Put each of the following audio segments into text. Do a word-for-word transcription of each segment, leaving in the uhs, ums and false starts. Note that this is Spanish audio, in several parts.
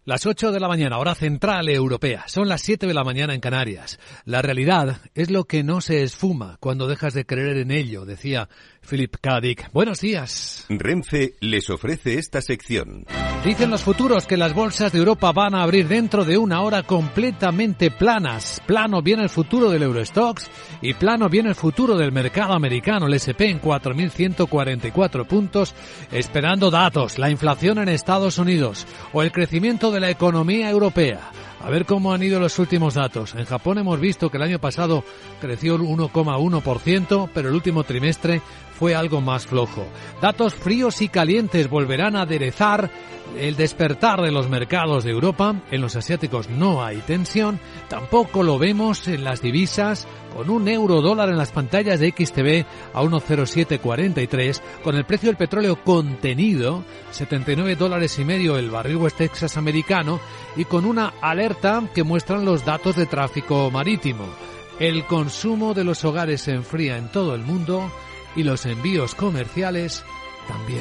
Las ocho de la mañana, hora central europea. Son las siete de la mañana en Canarias. La realidad es lo que no se esfuma cuando dejas de creer en ello, decía Philip K. Dick. Buenos días. Renfe les ofrece esta sección. Dicen los futuros que las bolsas de Europa van a abrir dentro de una hora completamente planas. Plano viene el futuro del Eurostoxx y plano viene el futuro del mercado americano, el ese and pe en cuatro mil ciento cuarenta y cuatro puntos, esperando datos, la inflación en Estados Unidos o el crecimiento de la economía europea. A ver cómo han ido los últimos datos. En Japón hemos visto que el año pasado creció el uno coma uno por ciento, pero el último trimestre fue algo más flojo. Datos fríos y calientes volverán a aderezar el despertar de los mercados de Europa. En los asiáticos no hay tensión, tampoco lo vemos en las divisas, con un euro dólar en las pantallas de X T V a uno coma cero siete cuarenta y tres, con el precio del petróleo contenido, setenta y nueve dólares y medio el barril West Texas americano, y con una alerta que muestran los datos de tráfico marítimo. El consumo de los hogares se enfría en todo el mundo y los envíos comerciales también.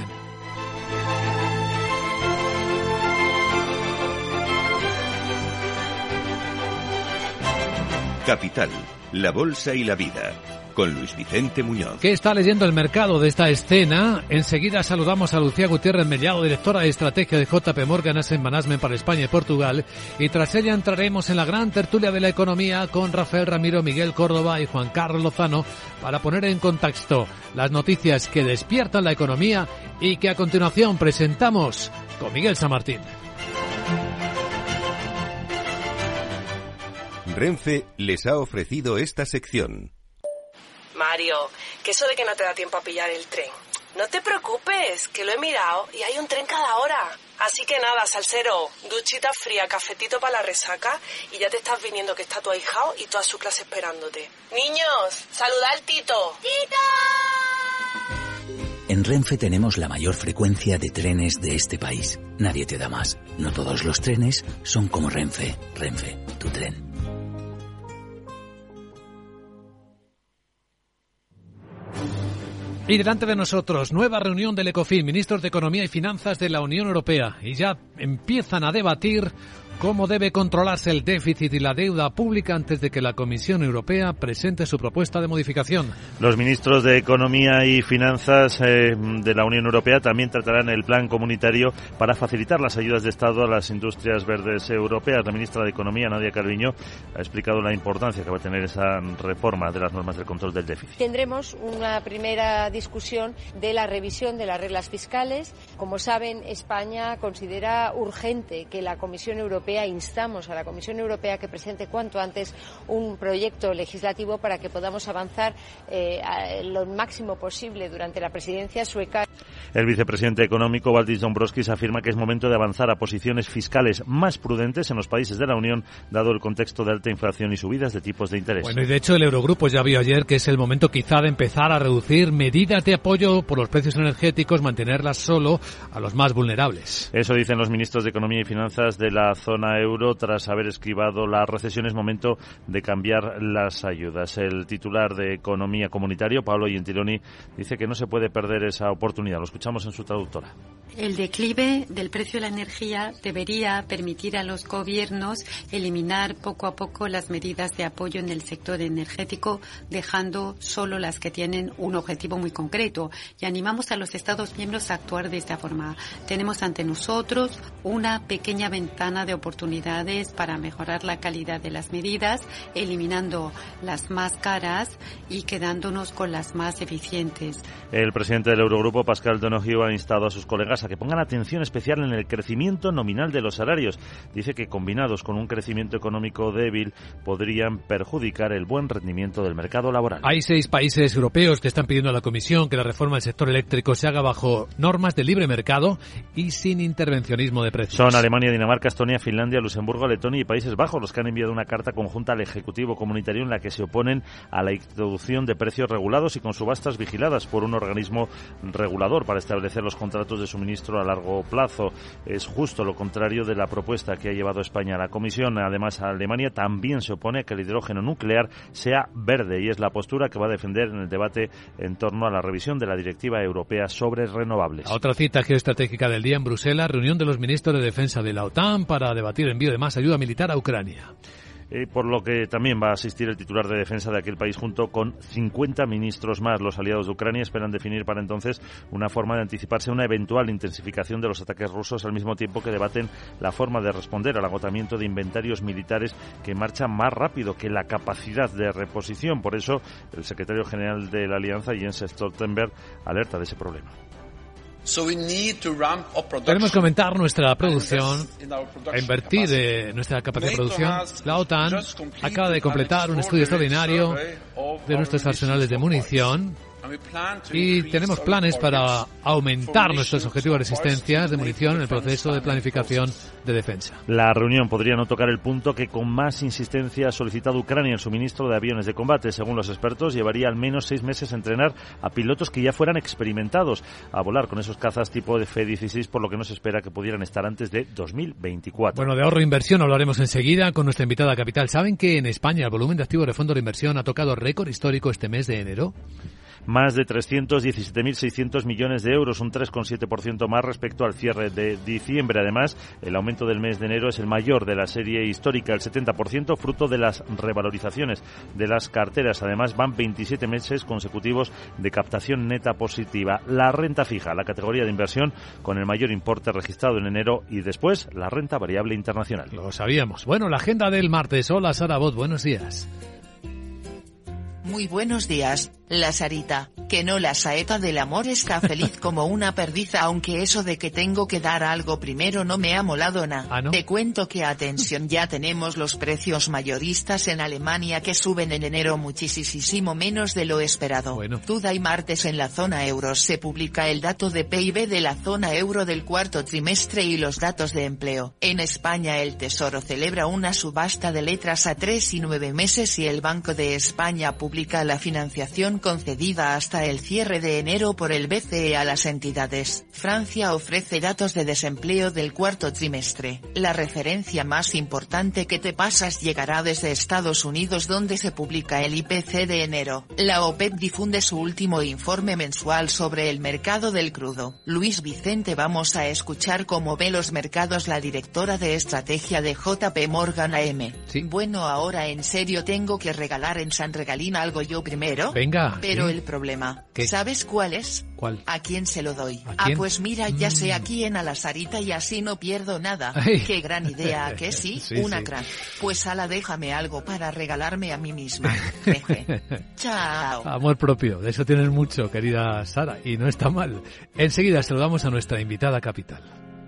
Capital, la bolsa y la vida, con Luis Vicente Muñoz. ¿Qué está leyendo el mercado de esta escena? Enseguida saludamos a Lucía Gutiérrez Mellado, directora de estrategia de J P Morgan Asset Management para España y Portugal, y tras ella entraremos en la gran tertulia de la economía con Rafael Ramiro, Miguel Córdoba y Juan Carlos Lozano para poner en contexto las noticias que despiertan la economía y que a continuación presentamos con Miguel San Martín. Renfe les ha ofrecido esta sección. Mario, que eso de que no te da tiempo a pillar el tren. No te preocupes, que lo he mirado y hay un tren cada hora. Así que nada, salsero, duchita fría, cafetito para la resaca y ya te estás viniendo que está tu ahijao y toda su clase esperándote. Niños, saluda al Tito. ¡Tito! En Renfe tenemos la mayor frecuencia de trenes de este país. Nadie te da más. No todos los trenes son como Renfe. Renfe, tu tren. Y delante de nosotros, nueva reunión del Ecofin, ministros de Economía y Finanzas de la Unión Europea. Y ya empiezan a debatir cómo debe controlarse el déficit y la deuda pública antes de que la Comisión Europea presente su propuesta de modificación. Los ministros de Economía y Finanzas eh, de la Unión Europea también tratarán el plan comunitario para facilitar las ayudas de Estado a las industrias verdes europeas. La ministra de Economía, Nadia Calviño, ha explicado la importancia que va a tener esa reforma de las normas del control del déficit. Tendremos una primera discusión de la revisión de las reglas fiscales. Como saben, España considera urgente que la Comisión Europea instamos a la Comisión Europea que presente cuanto antes un proyecto legislativo para que podamos avanzar eh, a lo máximo posible durante la presidencia sueca. El vicepresidente económico, Valdis Dombrovskis, afirma que es momento de avanzar a posiciones fiscales más prudentes en los países de la Unión, dado el contexto de alta inflación y subidas de tipos de interés. Bueno, y de hecho el Eurogrupo ya vio ayer que es el momento quizá de empezar a reducir medidas de apoyo por los precios energéticos, mantenerlas solo a los más vulnerables. Eso dicen los ministros de Economía y Finanzas de la zona euro tras haber esquivado la recesión. Es momento de cambiar las ayudas. El titular de Economía Comunitario, Paolo Gentiloni, dice que no se puede perder esa oportunidad. Lo escuchamos en su traductora. El declive del precio de la energía debería permitir a los gobiernos eliminar poco a poco las medidas de apoyo en el sector energético, dejando solo las que tienen un objetivo muy concreto. Y animamos a los Estados miembros a actuar de esta forma. Tenemos ante nosotros una pequeña ventana de oportunidades para mejorar la calidad de las medidas, eliminando las más caras y quedándonos con las más eficientes. El presidente del Eurogrupo, Pascal Donoghue, ha instado a sus colegas a que pongan atención especial en el crecimiento nominal de los salarios. Dice que combinados con un crecimiento económico débil podrían perjudicar el buen rendimiento del mercado laboral. Hay seis países europeos que están pidiendo a la Comisión que la reforma del sector eléctrico se haga bajo normas de libre mercado y sin intervencionismo de precios. Son Alemania, Dinamarca, Estonia, Finlandia, Luxemburgo, Letonia y Países Bajos los que han enviado una carta conjunta al Ejecutivo Comunitario en la que se oponen a la introducción de precios regulados y con subastas vigiladas por un organismo regulador. Para para establecer los contratos de suministro a largo plazo. Es justo lo contrario de la propuesta que ha llevado España a la Comisión. Además, Alemania también se opone a que el hidrógeno nuclear sea verde y es la postura que va a defender en el debate en torno a la revisión de la Directiva Europea sobre renovables. A otra cita geoestratégica del día en Bruselas, reunión de los ministros de defensa de la OTAN para debatir el envío de más ayuda militar a Ucrania. Eh, por lo que también va a asistir el titular de defensa de aquel país junto con cincuenta ministros más. Los aliados de Ucrania esperan definir para entonces una forma de anticiparse a una eventual intensificación de los ataques rusos, al mismo tiempo que debaten la forma de responder al agotamiento de inventarios militares que marchan más rápido que la capacidad de reposición. Por eso, el secretario general de la Alianza, Jens Stoltenberg, alerta de ese problema. Tenemos que aumentar nuestra producción, a invertir en nuestra capacidad de producción. La OTAN acaba de completar un estudio extraordinario de nuestros arsenales de munición y tenemos planes para aumentar nuestros objetivos de resistencia de munición en el proceso de planificación de defensa. La reunión podría no tocar el punto que con más insistencia ha solicitado Ucrania, el suministro de aviones de combate. Según los expertos, llevaría al menos seis meses entrenar a pilotos que ya fueran experimentados a volar con esos cazas tipo de F dieciséis, por lo que no se espera que pudieran estar antes de dos mil veinticuatro. Bueno, de ahorro e inversión hablaremos enseguida con nuestra invitada capital. ¿Saben que en España el volumen de activos de fondos de inversión ha tocado récord histórico este mes de enero? Más de trescientos diecisiete mil seiscientos millones de euros, un tres coma siete por ciento más respecto al cierre de diciembre. Además, el aumento del mes de enero es el mayor de la serie histórica, el setenta por ciento, fruto de las revalorizaciones de las carteras. Además, van veintisiete meses consecutivos de captación neta positiva. La renta fija, la categoría de inversión con el mayor importe registrado en enero, y después la renta variable internacional. Lo sabíamos. Bueno, la agenda del martes. Hola, Sara Bot, buenos días. Muy buenos días, la Sarita, que no la saeta del amor está feliz como una perdiz, aunque eso de que tengo que dar algo primero no me ha molado nada. ¿Ah, no? Te cuento que atención, ya tenemos los precios mayoristas en Alemania que suben en enero muchísimo menos de lo esperado. Bueno. Duda y martes en la zona euro se publica el dato de P I B de la zona euro del cuarto trimestre y los datos de empleo. En España el Tesoro celebra una subasta de letras a tres y nueve meses y el Banco de España publica la financiación concedida hasta el cierre de enero por el B C E a las entidades. Francia ofrece datos de desempleo del cuarto trimestre. La referencia más importante que te pasas llegará desde Estados Unidos, donde se publica el I P C de enero. La OPEP difunde su último informe mensual sobre el mercado del crudo. Luis Vicente, vamos a escuchar cómo ve los mercados la directora de estrategia de J P Morgan A M. Sí. Bueno, ahora en serio tengo que regalar en San Regalín algo yo primero. Venga. Pero ¿sí? el problema, ¿qué? ¿sabes cuál es? ¿Cuál? ¿A quién se lo doy? ¿A Ah, quién? pues mira, ya Mm. sé a quién, a la Sarita, y así no pierdo nada. Ay. Qué gran idea, ¿a que sí? Sí, Una sí. crack. Pues ala, déjame algo para regalarme a mí misma. Jeje. Chao. Amor propio, de eso tienes mucho, querida Sara, y no está mal. Enseguida saludamos a nuestra invitada capital.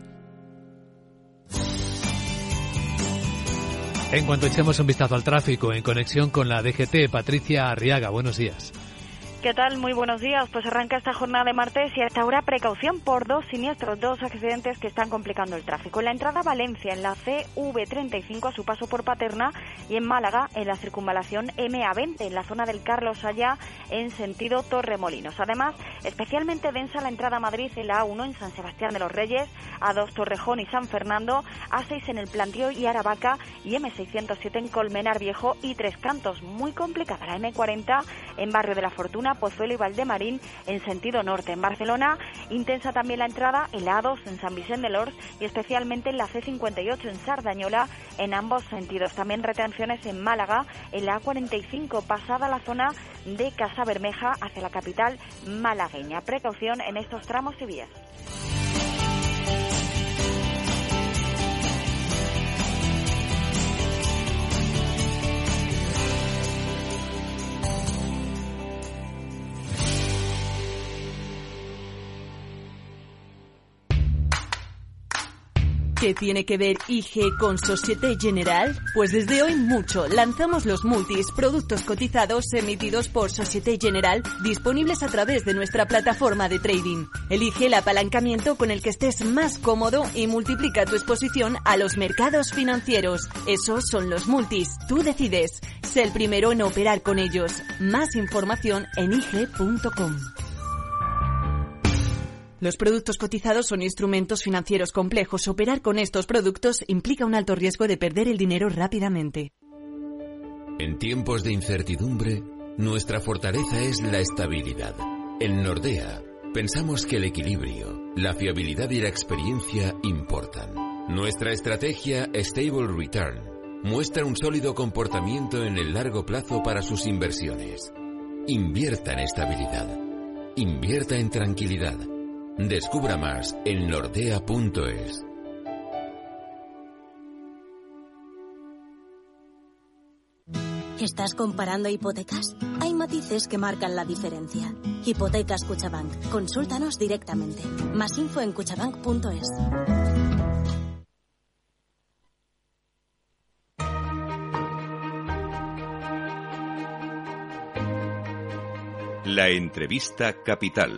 En cuanto echemos un vistazo al tráfico, en conexión con la D G T, Patricia Arriaga, buenos días. ¿Qué tal? Muy buenos días. Pues arranca esta jornada de martes y hasta ahora precaución por dos siniestros, dos accidentes que están complicando el tráfico. En la entrada a Valencia, en la C V treinta y cinco a su paso por Paterna, y en Málaga, en la circunvalación M A veinte, en la zona del Carlos Allá, en sentido Torremolinos. Además, especialmente densa la entrada a Madrid en la A uno en San Sebastián de los Reyes, A dos Torrejón y San Fernando, A seis en el Plantío y Aravaca y M seiscientos siete en Colmenar Viejo y Tres Cantos. Muy complicada la M cuarenta en Barrio de la Fortuna, Pozuelo y Valdemarín en sentido norte. En Barcelona, intensa también la entrada en la A dos en San Vicente de Lors y especialmente en la C cincuenta y ocho en Sardañola en ambos sentidos. También retenciones en Málaga en la A cuarenta y cinco pasada la zona de Casa Bermeja hacia la capital malagueña. Precaución en estos tramos y vías. ¿Qué tiene que ver I G con Société Générale? Pues desde hoy mucho. Lanzamos los multis, productos cotizados emitidos por Société Générale, disponibles a través de nuestra plataforma de trading. Elige el apalancamiento con el que estés más cómodo y multiplica tu exposición a los mercados financieros. Esos son los multis. Tú decides. Sé el primero en operar con ellos. Más información en i g punto com. Los productos cotizados son instrumentos financieros complejos. Operar con estos productos implica un alto riesgo de perder el dinero rápidamente. En tiempos de incertidumbre, nuestra fortaleza es la estabilidad. En Nordea, pensamos que el equilibrio, la fiabilidad y la experiencia importan. Nuestra estrategia Stable Return muestra un sólido comportamiento en el largo plazo para sus inversiones. Invierta en estabilidad. Invierta en tranquilidad. Descubra más en nordea punto es. ¿Estás comparando hipotecas? Hay matices que marcan la diferencia. Hipotecas Kutxabank. Consúltanos directamente. Más info en kutxabank punto es. La entrevista capital.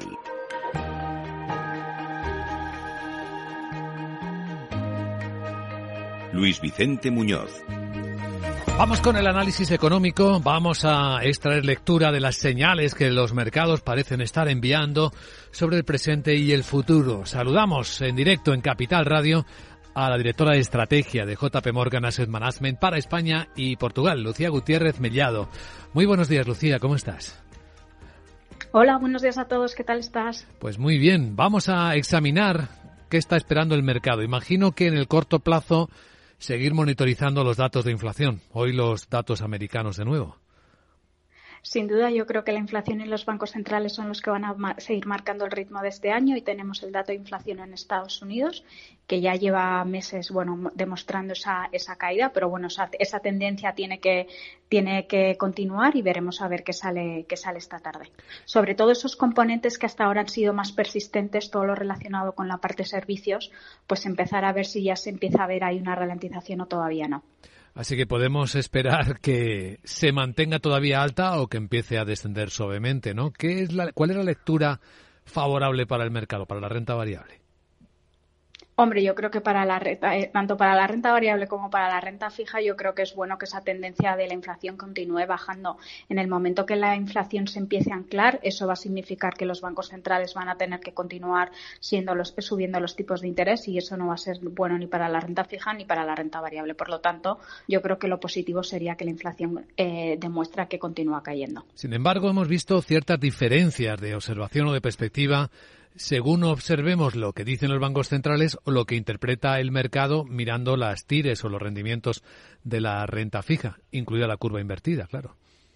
Luis Vicente Muñoz. Vamos con el análisis económico, vamos a extraer lectura de las señales que los mercados parecen estar enviando sobre el presente y el futuro. Saludamos en directo en Capital Radio a la directora de estrategia de J P Morgan Asset Management para España y Portugal, Lucía Gutiérrez Mellado. Muy buenos días, Lucía, ¿cómo estás? Hola, buenos días a todos, ¿qué tal estás? Pues muy bien, vamos a examinar qué está esperando el mercado. Imagino que en el corto plazo seguir monitorizando los datos de inflación. Hoy los datos americanos de nuevo. Sin duda, yo creo que la inflación y los bancos centrales son los que van a mar- seguir marcando el ritmo de este año y tenemos el dato de inflación en Estados Unidos, que ya lleva meses, bueno, demostrando esa, esa caída, pero bueno, esa, esa tendencia tiene que, tiene que continuar y veremos a ver qué sale, qué sale esta tarde. Sobre todo esos componentes que hasta ahora han sido más persistentes, todo lo relacionado con la parte de servicios, pues empezar a ver si ya se empieza a ver ahí una ralentización o todavía no. Así que podemos esperar que se mantenga todavía alta o que empiece a descender suavemente, ¿no? ¿Qué es la, ¿Cuál es la lectura favorable para el mercado, para la renta variable? Hombre, yo creo que para la renta, eh, tanto para la renta variable como para la renta fija, yo creo que es bueno que esa tendencia de la inflación continúe bajando. En el momento que la inflación se empiece a anclar, eso va a significar que los bancos centrales van a tener que continuar siendo los, subiendo los tipos de interés y eso no va a ser bueno ni para la renta fija ni para la renta variable. Por lo tanto, yo creo que lo positivo sería que la inflación eh, demuestra que continúa cayendo. Sin embargo, hemos visto ciertas diferencias de observación o de perspectiva según observemos lo que dicen los bancos centrales o lo que interpreta el mercado mirando las tires o los rendimientos de la renta fija, incluida la curva invertida, claro.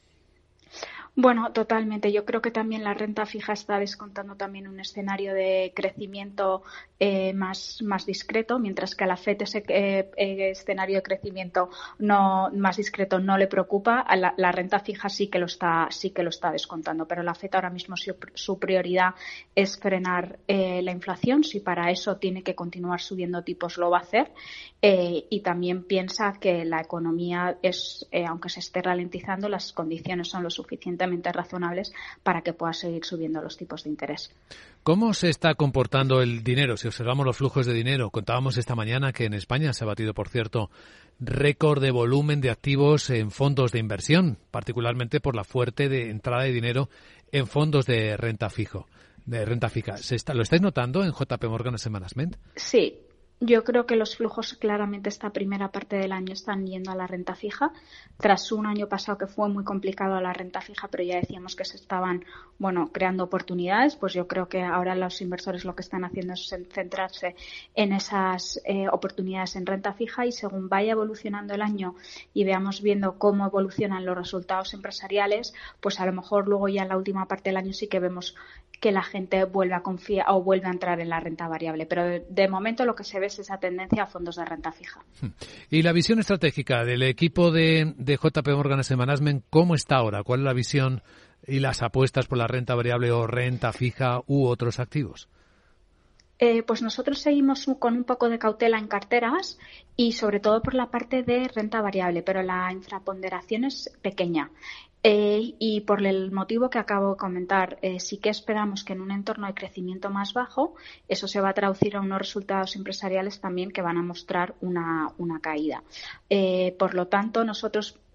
Bueno, totalmente. Yo creo que también la renta fija está descontando también un escenario de crecimiento eh, más, más discreto, mientras que a la F E D ese eh, eh, escenario de crecimiento no más discreto no le preocupa. A la, la renta fija sí que lo está sí que lo está descontando, pero la F E D ahora mismo su, su prioridad es frenar eh, la inflación. Si para eso tiene que continuar subiendo tipos, lo va a hacer. Eh, y también piensa que la economía es, eh, aunque se esté ralentizando, las condiciones son lo suficientemente razonables para que pueda seguir subiendo los tipos de interés. ¿Cómo se está comportando el dinero? Si observamos los flujos de dinero, contábamos esta mañana que en España se ha batido, por cierto, récord de volumen de activos en fondos de inversión, particularmente por la fuerte de entrada de dinero en fondos de renta fijo, de renta fija. ¿Se está, ¿Lo estáis notando en J P Morgan Asset Management? Sí. Yo creo que los flujos claramente esta primera parte del año están yendo a la renta fija, tras un año pasado que fue muy complicado a la renta fija, pero ya decíamos que se estaban, bueno, creando oportunidades, pues yo creo que ahora los inversores lo que están haciendo es centrarse en esas eh, oportunidades en renta fija y según vaya evolucionando el año y veamos viendo cómo evolucionan los resultados empresariales, pues a lo mejor luego ya en la última parte del año sí que vemos que la gente vuelve a confiar o vuelve a entrar en la renta variable, pero de, de momento lo que se ve es esa tendencia a fondos de renta fija. Y la visión estratégica del equipo de, de J P Morgan Asset Management, ¿cómo está ahora? ¿Cuál es la visión y las apuestas por la renta variable o renta fija u otros activos? Eh, pues nosotros seguimos con un poco de cautela en carteras y sobre todo por la parte de renta variable, pero la infraponderación es pequeña. Eh, y por el motivo que acabo de comentar, eh, sí que esperamos que en un entorno de crecimiento más bajo, eso se va a traducir a unos resultados empresariales también que van a mostrar una, una caída. Eh, por lo tanto, nosotros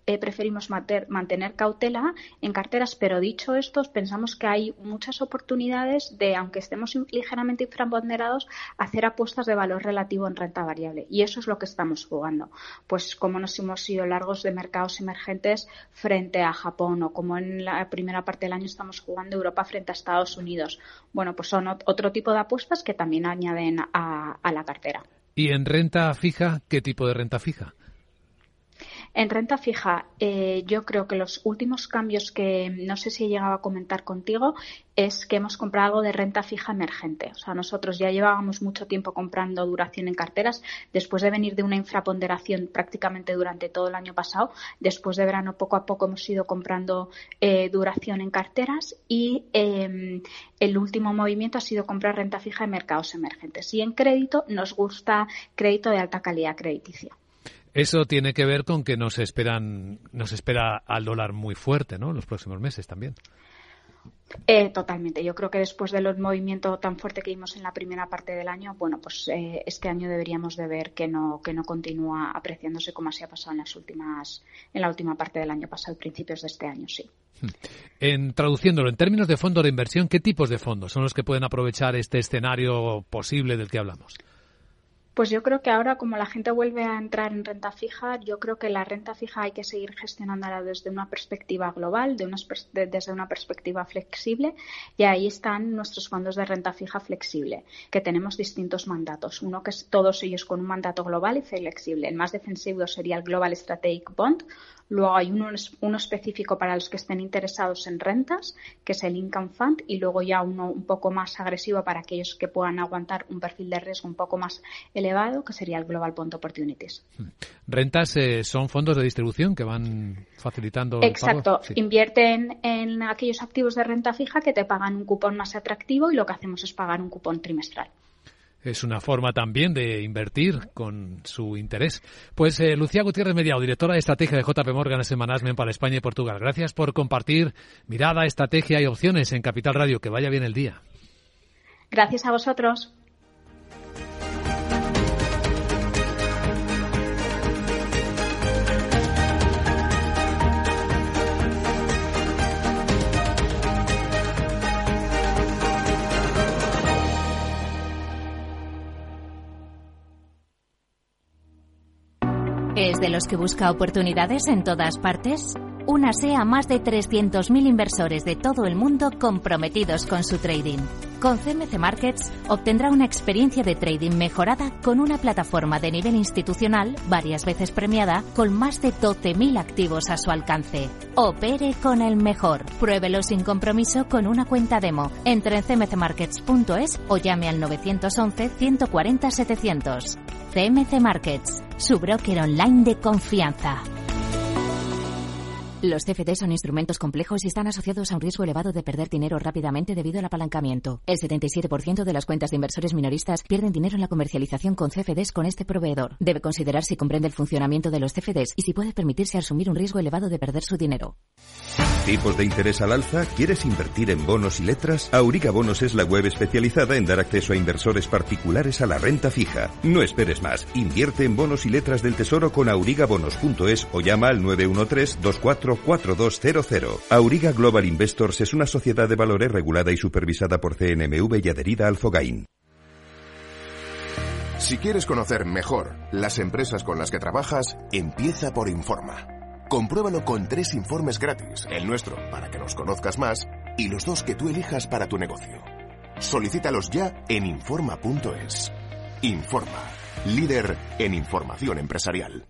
eh, preferimos mater, mantener cautela en carteras, pero dicho esto, pensamos que hay muchas oportunidades de, aunque estemos ligeramente infraponderados, hacer apuestas de valor relativo en renta variable. Y eso es lo que estamos jugando. Pues como nos hemos ido largos de mercados emergentes frente a Japón, o como en la primera parte del año estamos jugando Europa frente a Estados Unidos. Bueno, pues son otro tipo de apuestas que también añaden a, a la cartera. ¿Y en renta fija, qué tipo de renta fija? En renta fija, eh, yo creo que los últimos cambios que no sé si he llegado a comentar contigo es que hemos comprado algo de renta fija emergente. O sea, nosotros ya llevábamos mucho tiempo comprando duración en carteras después de venir de una infraponderación prácticamente durante todo el año pasado. Después de verano, poco a poco hemos ido comprando eh, duración en carteras y eh, el último movimiento ha sido comprar renta fija en mercados emergentes. Y en crédito nos gusta crédito de alta calidad crediticia. Eso tiene que ver con que nos esperan, nos espera al dólar muy fuerte, ¿no? En los próximos meses también. Eh, totalmente. Yo creo que después del movimiento tan fuerte que vimos en la primera parte del año, bueno, pues eh, este año deberíamos de ver que no que no continúa apreciándose como así ha pasado en las últimas, en la última parte del año pasado y principios de este año, sí. En traduciéndolo en términos de fondos de inversión, ¿qué tipos de fondos son los que pueden aprovechar este escenario posible del que hablamos? Pues yo creo que ahora, como la gente vuelve a entrar en renta fija, yo creo que la renta fija hay que seguir gestionándola desde una perspectiva global, de una, de, desde una perspectiva flexible, y ahí están nuestros fondos de renta fija flexible, que tenemos distintos mandatos. Uno que es todos ellos con un mandato global y flexible. El más defensivo sería el Global Strategic Bond. Luego hay uno, uno específico para los que estén interesados en rentas, que es el Income Fund, y luego ya uno un poco más agresivo para aquellos que puedan aguantar un perfil de riesgo un poco más elevado, que sería el Global Bond Opportunities. ¿Rentas eh, son fondos de distribución que van facilitando el Exacto. pago? Sí. Invierten en aquellos activos de renta fija que te pagan un cupón más atractivo y lo que hacemos es pagar un cupón trimestral. Es una forma también de invertir con su interés. Pues eh, Lucía Gutiérrez Mediao, directora de estrategia de J P Morgan Asset Management para España y Portugal. Gracias por compartir mirada, estrategia y opciones en Capital Radio. Que vaya bien el día. Gracias a vosotros. ¿Es de los que busca oportunidades en todas partes? Únase a más de trescientos mil inversores de todo el mundo comprometidos con su trading. Con C M C Markets obtendrá una experiencia de trading mejorada con una plataforma de nivel institucional varias veces premiada con más de doce mil activos a su alcance. Opere con el mejor. Pruébelo sin compromiso con una cuenta demo. Entre en c m c markets punto es o llame al nueve once, ciento cuarenta, setecientos. C M C Markets, su broker online de confianza. Los C F D son instrumentos complejos y están asociados a un riesgo elevado de perder dinero rápidamente debido al apalancamiento. El setenta y siete por ciento de las cuentas de inversores minoristas pierden dinero en la comercialización con C F Ds con este proveedor. Debe considerar si comprende el funcionamiento de los C F Ds y si puede permitirse asumir un riesgo elevado de perder su dinero. ¿Tipos de interés al alza? ¿Quieres invertir en bonos y letras? Auriga Bonos es la web especializada en dar acceso a inversores particulares a la renta fija. No esperes más. Invierte en bonos y letras del Tesoro con aurigabonos punto es o llama al nueve uno tres, dos cuatro cuatro dos cero cero. Auriga Global Investors es una sociedad de valores regulada y supervisada por C N M V y adherida al FOGAIN. Si quieres conocer mejor las empresas con las que trabajas, empieza por Informa. Compruébalo con tres informes gratis, el nuestro para que nos conozcas más y los dos que tú elijas para tu negocio. Solicítalos ya en Informa punto es. Informa, líder en información empresarial.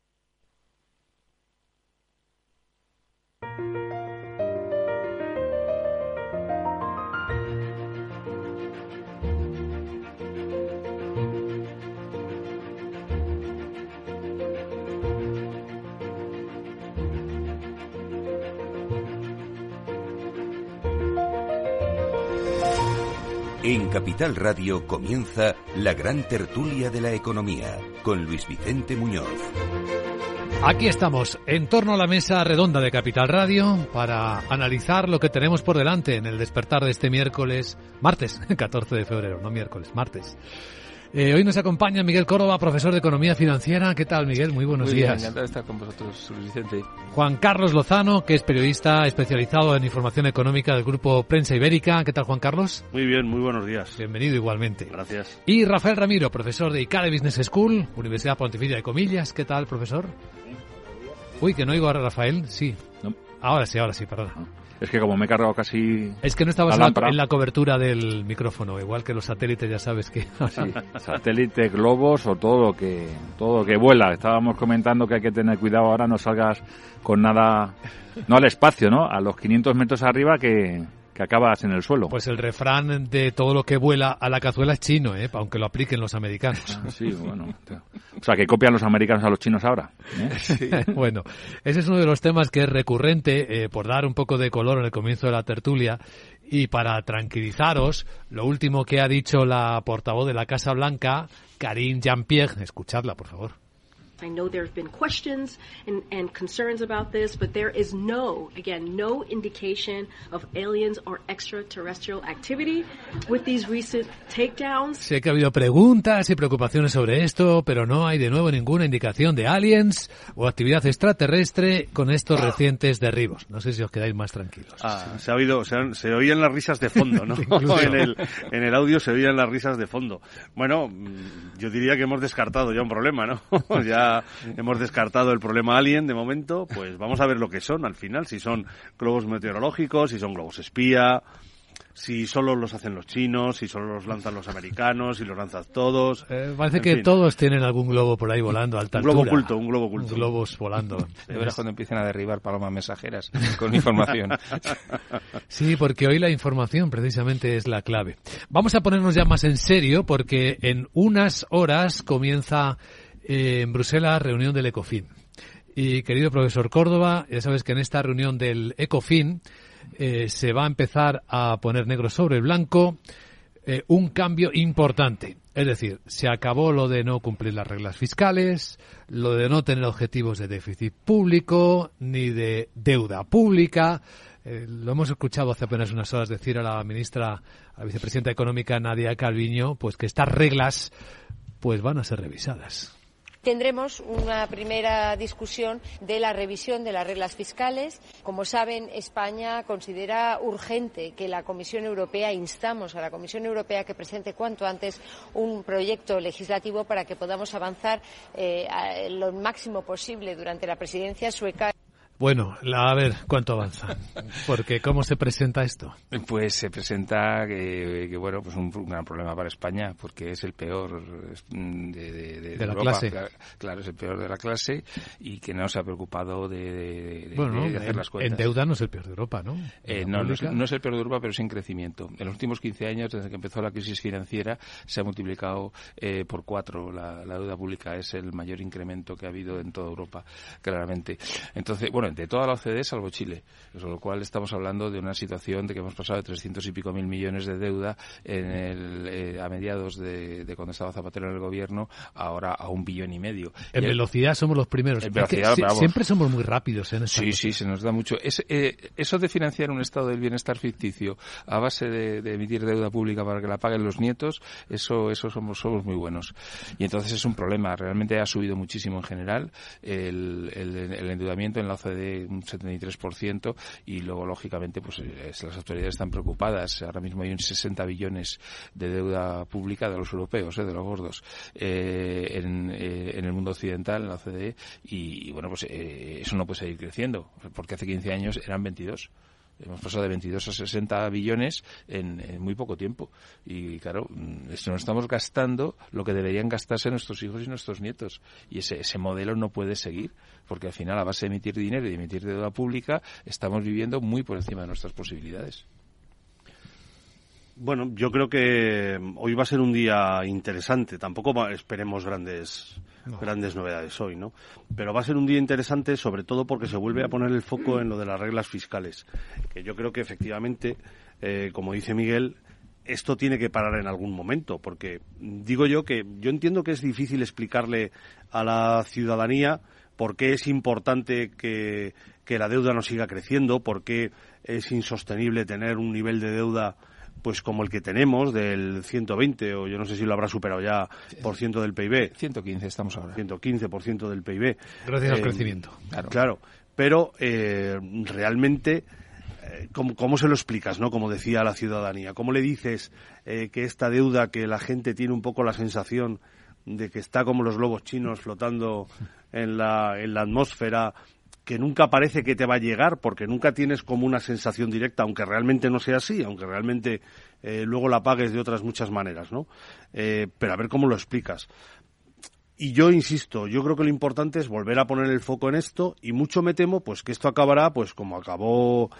En Capital Radio comienza la gran tertulia de la economía con Luis Vicente Muñoz. Aquí estamos, en torno a la mesa redonda de Capital Radio para analizar lo que tenemos por delante en el despertar de este miércoles, martes, catorce de febrero, no miércoles, martes. Eh, hoy nos acompaña Miguel Córdoba, profesor de Economía Financiera. ¿Qué tal, Miguel? Muy buenos Muy días. Bien, encantado de estar con vosotros, Luis Vicente. Juan Carlos Lozano, que es periodista especializado en información económica del Grupo Prensa Ibérica. ¿Qué tal, Juan Carlos? Muy bien, muy buenos días. Bienvenido igualmente. Gracias. Y Rafael Ramiro, profesor de ICADE Business School, Universidad Pontificia de Comillas. ¿Qué tal, profesor? Uy, que no oigo ahora, Rafael. Sí. No. Ahora sí, ahora sí, perdona. Es que como me he cargado casi... Es que no estabas en la, en la cobertura del micrófono, igual que los satélites, ya sabes que... Sí, satélites, globos o todo lo que todo lo que vuela. Estábamos comentando que hay que tener cuidado ahora, no salgas con nada... No al espacio, ¿no? A los quinientos metros arriba que... que acabas en el suelo. Pues el refrán de todo lo que vuela a la cazuela es chino, ¿eh? Aunque lo apliquen los americanos. Sí, bueno. O sea, que copian los americanos a los chinos ahora, ¿eh? Sí. Bueno, ese es uno de los temas que es recurrente, eh, por dar un poco de color en el comienzo de la tertulia. Y para tranquilizaros, lo último que ha dicho la portavoz de la Casa Blanca, Karine Jean-Pierre, escuchadla, por favor. I know there have been questions and, and concerns about this, but there is no, again, no indication of aliens or extraterrestrial activity with these recent takedowns. Sé que ha habido preguntas y preocupaciones sobre esto, pero no hay de nuevo ninguna indicación de aliens o actividad extraterrestre con estos recientes derribos. No sé si os quedáis más tranquilos. Ah, se ha oído, se, han, se oían las risas de fondo, ¿no? en, el, en el audio se oían las risas de fondo. Bueno, yo diría que hemos descartado ya un problema, ¿no? ya hemos descartado el problema alien de momento, pues vamos a ver lo que son al final, si son globos meteorológicos, si son globos espía, si solo los hacen los chinos, si solo los lanzan los americanos, si los lanzan todos. Eh, parece en que fin. Todos tienen algún globo por ahí volando a alta un globo altura. oculto, un globo oculto. Un globos volando. De veras cuando empiezan a derribar palomas mensajeras con información. Sí, porque hoy la información precisamente es la clave. Vamos a ponernos ya más en serio porque en unas horas comienza eh, en Bruselas reunión del ECOFIN. Y querido profesor Córdoba, ya sabes que en esta reunión del ECOFIN eh, se va a empezar a poner negro sobre blanco eh, un cambio importante. Es decir, se acabó lo de no cumplir las reglas fiscales, lo de no tener objetivos de déficit público, ni de deuda pública. Eh, lo hemos escuchado hace apenas unas horas decir a la ministra, a la vicepresidenta económica Nadia Calviño, pues que estas reglas pues van a ser revisadas. Tendremos una primera discusión de la revisión de las reglas fiscales. Como saben, España considera urgente que la Comisión Europea, instamos a la Comisión Europea que presente cuanto antes un proyecto legislativo para que podamos avanzar eh, a lo máximo posible durante la presidencia sueca. Bueno, la, a ver, ¿cuánto avanza? Porque ¿cómo se presenta esto? Pues se presenta que, que bueno, pues un, un gran problema para España, porque es el peor de, de, de, de, de la Europa. clase. Claro, es el peor de la clase y que no se ha preocupado de, de, bueno, de, de hacer en, las cuentas. En deuda no es el peor de Europa, ¿no? Eh, no, no es, no es el peor de Europa, pero sí en crecimiento. En los últimos quince años, desde que empezó la crisis financiera, se ha multiplicado eh, por cuatro la, la deuda pública. Es el mayor incremento que ha habido en toda Europa, claramente. Entonces, bueno, de toda la O C D E salvo Chile, con lo cual estamos hablando de una situación de que hemos pasado de trescientos y pico mil millones de deuda en el, eh, a mediados de, de cuando estaba Zapatero en el gobierno, ahora a un billón y medio. En y velocidad el, somos los primeros. En velocidad, es que, vamos. Siempre somos muy rápidos en esta Sí, cosa. sí, se nos da mucho. Es, eh, eso de financiar un estado del bienestar ficticio a base de, de emitir deuda pública para que la paguen los nietos, eso, eso somos, somos muy buenos. Y entonces es un problema. Realmente ha subido muchísimo en general el, el, el endeudamiento en la O C D E, un setenta y tres por ciento, y luego lógicamente pues es, las autoridades están preocupadas. Ahora mismo hay un sesenta billones de deuda pública de los europeos, eh, de los gordos, eh, en, eh, en el mundo occidental, en la O C D E, y, y bueno, pues eh, eso no puede seguir creciendo, porque hace quince años eran veintidós. Hemos pasado de veintidós a sesenta billones en, en muy poco tiempo. Y claro, esto nos estamos gastando lo que deberían gastarse nuestros hijos y nuestros nietos. Y ese, ese modelo no puede seguir, porque al final, a base de emitir dinero y de emitir deuda pública, estamos viviendo muy por encima de nuestras posibilidades. Bueno, yo creo que hoy va a ser un día interesante. Tampoco esperemos grandes no. grandes novedades hoy, ¿no? Pero va a ser un día interesante, sobre todo porque se vuelve a poner el foco en lo de las reglas fiscales. Que yo creo que efectivamente, eh, como dice Miguel, esto tiene que parar en algún momento. Porque digo yo que yo entiendo que es difícil explicarle a la ciudadanía por qué es importante que, que la deuda no siga creciendo, por qué es insostenible tener un nivel de deuda pues como el que tenemos del ciento veinte, o yo no sé si lo habrá superado ya, por ciento del P I B. ciento quince estamos ahora. ciento quince por ciento del P I B. Gracias eh, al crecimiento. Claro. Claro, pero eh, realmente, eh, ¿cómo, ¿cómo se lo explicas, no? Como decía la ciudadanía. ¿Cómo le dices eh, que esta deuda, que la gente tiene un poco la sensación de que está como los globos chinos flotando en la, en la atmósfera, que nunca parece que te va a llegar, porque nunca tienes como una sensación directa, aunque realmente no sea así, aunque realmente eh, luego la pagues de otras muchas maneras, ¿no? Eh, pero a ver cómo lo explicas. Y yo insisto, yo creo que lo importante es volver a poner el foco en esto, y mucho me temo pues que esto acabará pues como acabó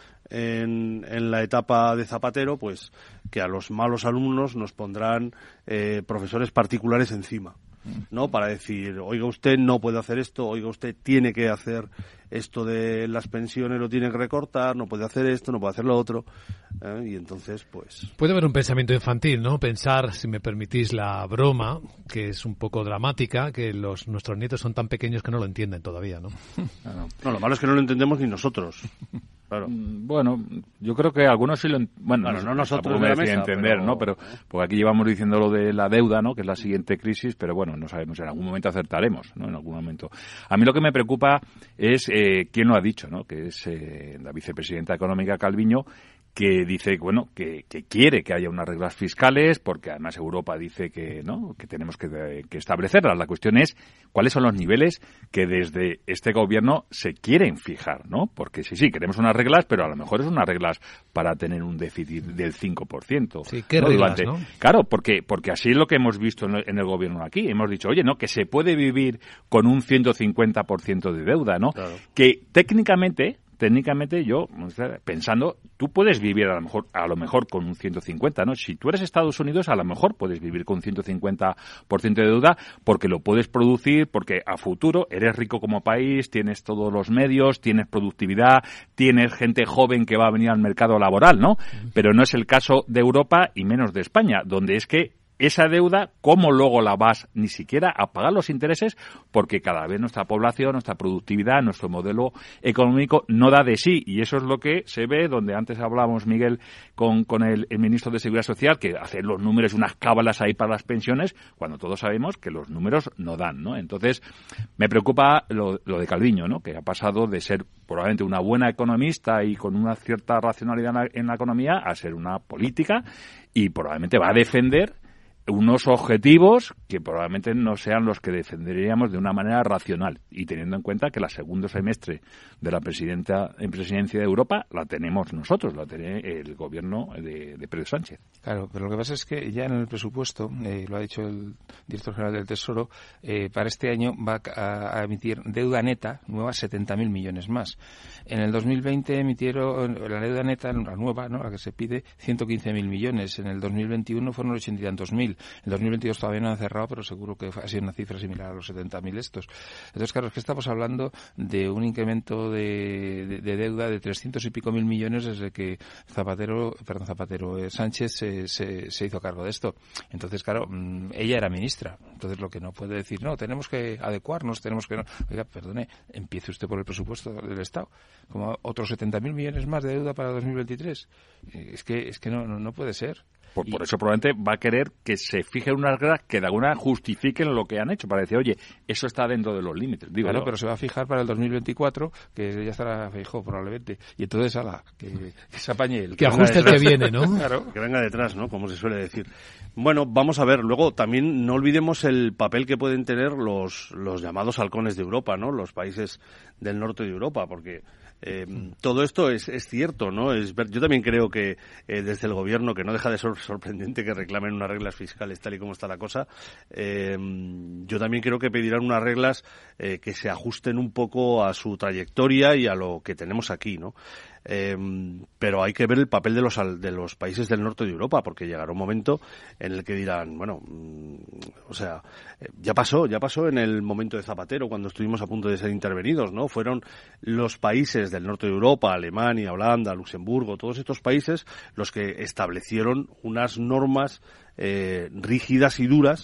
en, en la etapa de Zapatero, pues que a los malos alumnos nos pondrán eh, profesores particulares encima, ¿no? Para decir, oiga, usted no puede hacer esto, oiga, usted tiene que hacer esto de las pensiones, lo tiene que recortar, no puede hacer esto, no puede hacer lo otro, ¿eh? Y entonces, pues... Puede haber un pensamiento infantil, ¿no? Pensar, si me permitís la broma, que es un poco dramática, que los nuestros nietos son tan pequeños que no lo entienden todavía, ¿no? No, no, lo malo es que no lo entendemos ni nosotros. Claro. Bueno, yo creo que algunos sí lo... Ent- bueno, claro, no, no nosotros me de la decía mesa, entender, pero... ¿no? Pero porque aquí llevamos diciendo lo de la deuda, ¿no? Que es la siguiente crisis, pero bueno, no sabemos, en algún momento acertaremos, ¿no? En algún momento. A mí lo que me preocupa es eh, quién lo ha dicho, ¿no? Que es eh, la vicepresidenta económica Calviño, que dice, bueno, que, que quiere que haya unas reglas fiscales, porque además Europa dice que no, que tenemos que, que establecerlas. La cuestión es cuáles son los niveles que desde este gobierno se quieren fijar, ¿no? Porque sí, sí, queremos unas reglas, pero a lo mejor es unas reglas para tener un déficit del cinco por ciento. Sí, ¿qué ¿no? reglas, Durante, no? Claro, porque, porque así es lo que hemos visto en el, en el gobierno aquí. Hemos dicho, oye, no, que se puede vivir con un ciento cincuenta por ciento de deuda, ¿no? Claro. Que técnicamente... Técnicamente yo, pensando, tú puedes vivir a lo mejor a lo mejor con un ciento cincuenta, ¿no? Si tú eres Estados Unidos, a lo mejor puedes vivir con un ciento cincuenta por ciento de deuda porque lo puedes producir, porque a futuro eres rico como país, tienes todos los medios, tienes productividad, tienes gente joven que va a venir al mercado laboral, ¿no? Pero no es el caso de Europa y menos de España, donde es que esa deuda, ¿cómo luego la vas ni siquiera a pagar los intereses? Porque cada vez nuestra población, nuestra productividad, nuestro modelo económico no da de sí. Y eso es lo que se ve, donde antes hablábamos, Miguel, con, con el, el ministro de Seguridad Social, que hace los números, unas cábalas ahí para las pensiones, cuando todos sabemos que los números no dan, ¿no? Entonces, me preocupa lo, lo de Calviño, ¿no? Que ha pasado de ser probablemente una buena economista y con una cierta racionalidad en la, en la economía a ser una política, y probablemente va a defender unos objetivos que probablemente no sean los que defenderíamos de una manera racional, y teniendo en cuenta que el segundo semestre de la presidenta en presidencia de Europa la tenemos nosotros, la tiene el gobierno de, de Pedro Sánchez. Claro, pero lo que pasa es que ya en el presupuesto, eh, lo ha dicho el director general del Tesoro, eh, para este año va a, a emitir deuda neta nueva setenta mil millones más. En el dos mil veinte emitieron la deuda neta, la nueva, ¿no?, la que se pide, ciento quince mil millones. En el dos mil veintiuno fueron ochenta y tantos mil. En dos mil veintidós todavía no han cerrado, pero seguro que ha sido una cifra similar a los setenta mil estos. Entonces, claro, es que estamos hablando de un incremento de, de, de deuda de trescientos y pico mil millones desde que Zapatero, perdón, Zapatero, eh, Sánchez se, se, se hizo cargo de esto. Entonces, claro, mmm, ella era ministra. Entonces, lo que no puede decir, no, tenemos que adecuarnos, tenemos que... No. Oiga, perdone, empiece usted por el presupuesto del Estado. Como otros setenta mil millones más de deuda para dos mil veintitrés. Es que, es que no, no, no puede ser. Por, por eso probablemente va a querer que se fijen unas reglas que de alguna manera justifiquen lo que han hecho, para decir, oye, eso está dentro de los límites. Digo, claro, ¿no? Pero se va a fijar para el dos mil veinticuatro, que ya estará Feijóo probablemente. Y entonces, ala, que, que se apañe el... Que ajuste el que viene, ¿no? Claro, que venga detrás, ¿no? Como se suele decir. Bueno, vamos a ver. Luego, también no olvidemos el papel que pueden tener los, los llamados halcones de Europa, ¿no? Los países del norte de Europa, porque... Eh, todo esto es, es cierto, ¿no? Es ver, yo también creo que eh, desde el gobierno, que no deja de ser sorprendente que reclamen unas reglas fiscales tal y como está la cosa, eh, yo también creo que pedirán unas reglas eh, que se ajusten un poco a su trayectoria y a lo que tenemos aquí, ¿no? Eh, pero hay que ver el papel de los de los países del norte de Europa, porque llegará un momento en el que dirán, bueno, mm, o sea, eh, ya pasó, ya pasó en el momento de Zapatero, cuando estuvimos a punto de ser intervenidos, ¿no? Fueron los países del norte de Europa, Alemania, Holanda, Luxemburgo, todos estos países los que establecieron unas normas eh, rígidas y duras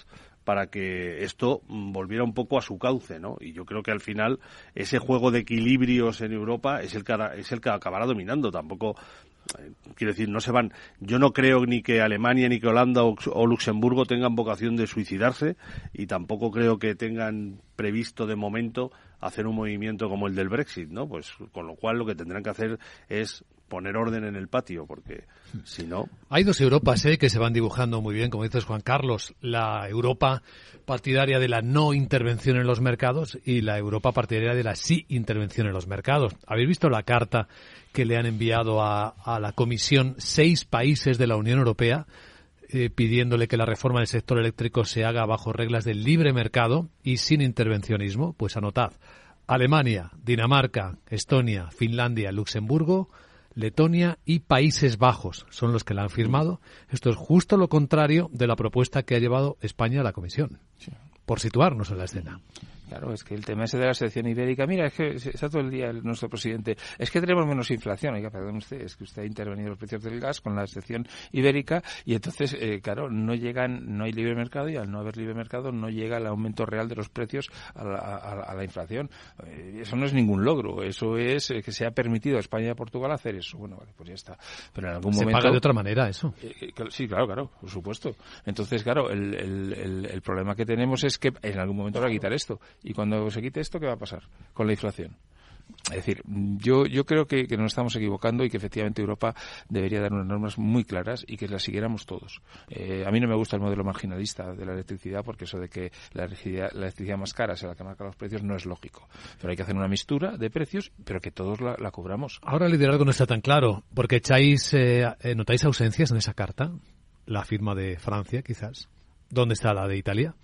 para que esto volviera un poco a su cauce, ¿no? Y yo creo que al final ese juego de equilibrios en Europa es el que, es el que acabará dominando. Tampoco, eh, quiero decir, no se van. Yo no creo ni que Alemania, ni que Holanda o, o Luxemburgo tengan vocación de suicidarse, y tampoco creo que tengan previsto de momento hacer un movimiento como el del Brexit, ¿no? Pues con lo cual lo que tendrán que hacer es poner orden en el patio, porque si no... Hay dos Europas ¿eh? que se van dibujando muy bien, como dices, Juan Carlos. La Europa partidaria de la no intervención en los mercados y la Europa partidaria de la sí intervención en los mercados. ¿Habéis visto la carta que le han enviado a, a la Comisión seis países de la Unión Europea eh, pidiéndole que la reforma del sector eléctrico se haga bajo reglas del libre mercado y sin intervencionismo? Pues anotad: Alemania, Dinamarca, Estonia, Finlandia, Luxemburgo, Letonia y Países Bajos son los que la han firmado. Esto es justo lo contrario de la propuesta que ha llevado España a la Comisión, sí, por situarnos en la escena. Claro, es que el tema ese de la sección ibérica, mira, es que está todo el día el, nuestro presidente, es que tenemos menos inflación. Oiga, perdón usted, es que usted ha intervenido los precios del gas con la sección ibérica y entonces, eh, claro, no llegan, no hay libre mercado, y al no haber libre mercado no llega el aumento real de los precios a la, a, a la inflación. Eh, eso no es ningún logro, eso es eh, que se ha permitido a España y a Portugal hacer eso. Bueno, vale, pues ya está. Pero en algún se momento... paga de otra manera eso. Eh, eh, sí, claro, claro, por supuesto. Entonces, claro, el, el, el, el problema que tenemos es que en algún momento va a quitar esto. Y cuando se quite esto, ¿qué va a pasar con la inflación? Es decir, yo yo creo que, que nos estamos equivocando y que efectivamente Europa debería dar unas normas muy claras y que las siguiéramos todos. Eh, a mí no me gusta el modelo marginalista de la electricidad, porque eso de que la electricidad, la electricidad más cara sea la que marca los precios no es lógico. Pero hay que hacer una mistura de precios, pero que todos la, la cobramos. Ahora el liderazgo no está tan claro, porque echáis, eh, ¿notáis ausencias en esa carta? La firma de Francia, quizás. ¿Dónde está la de Italia?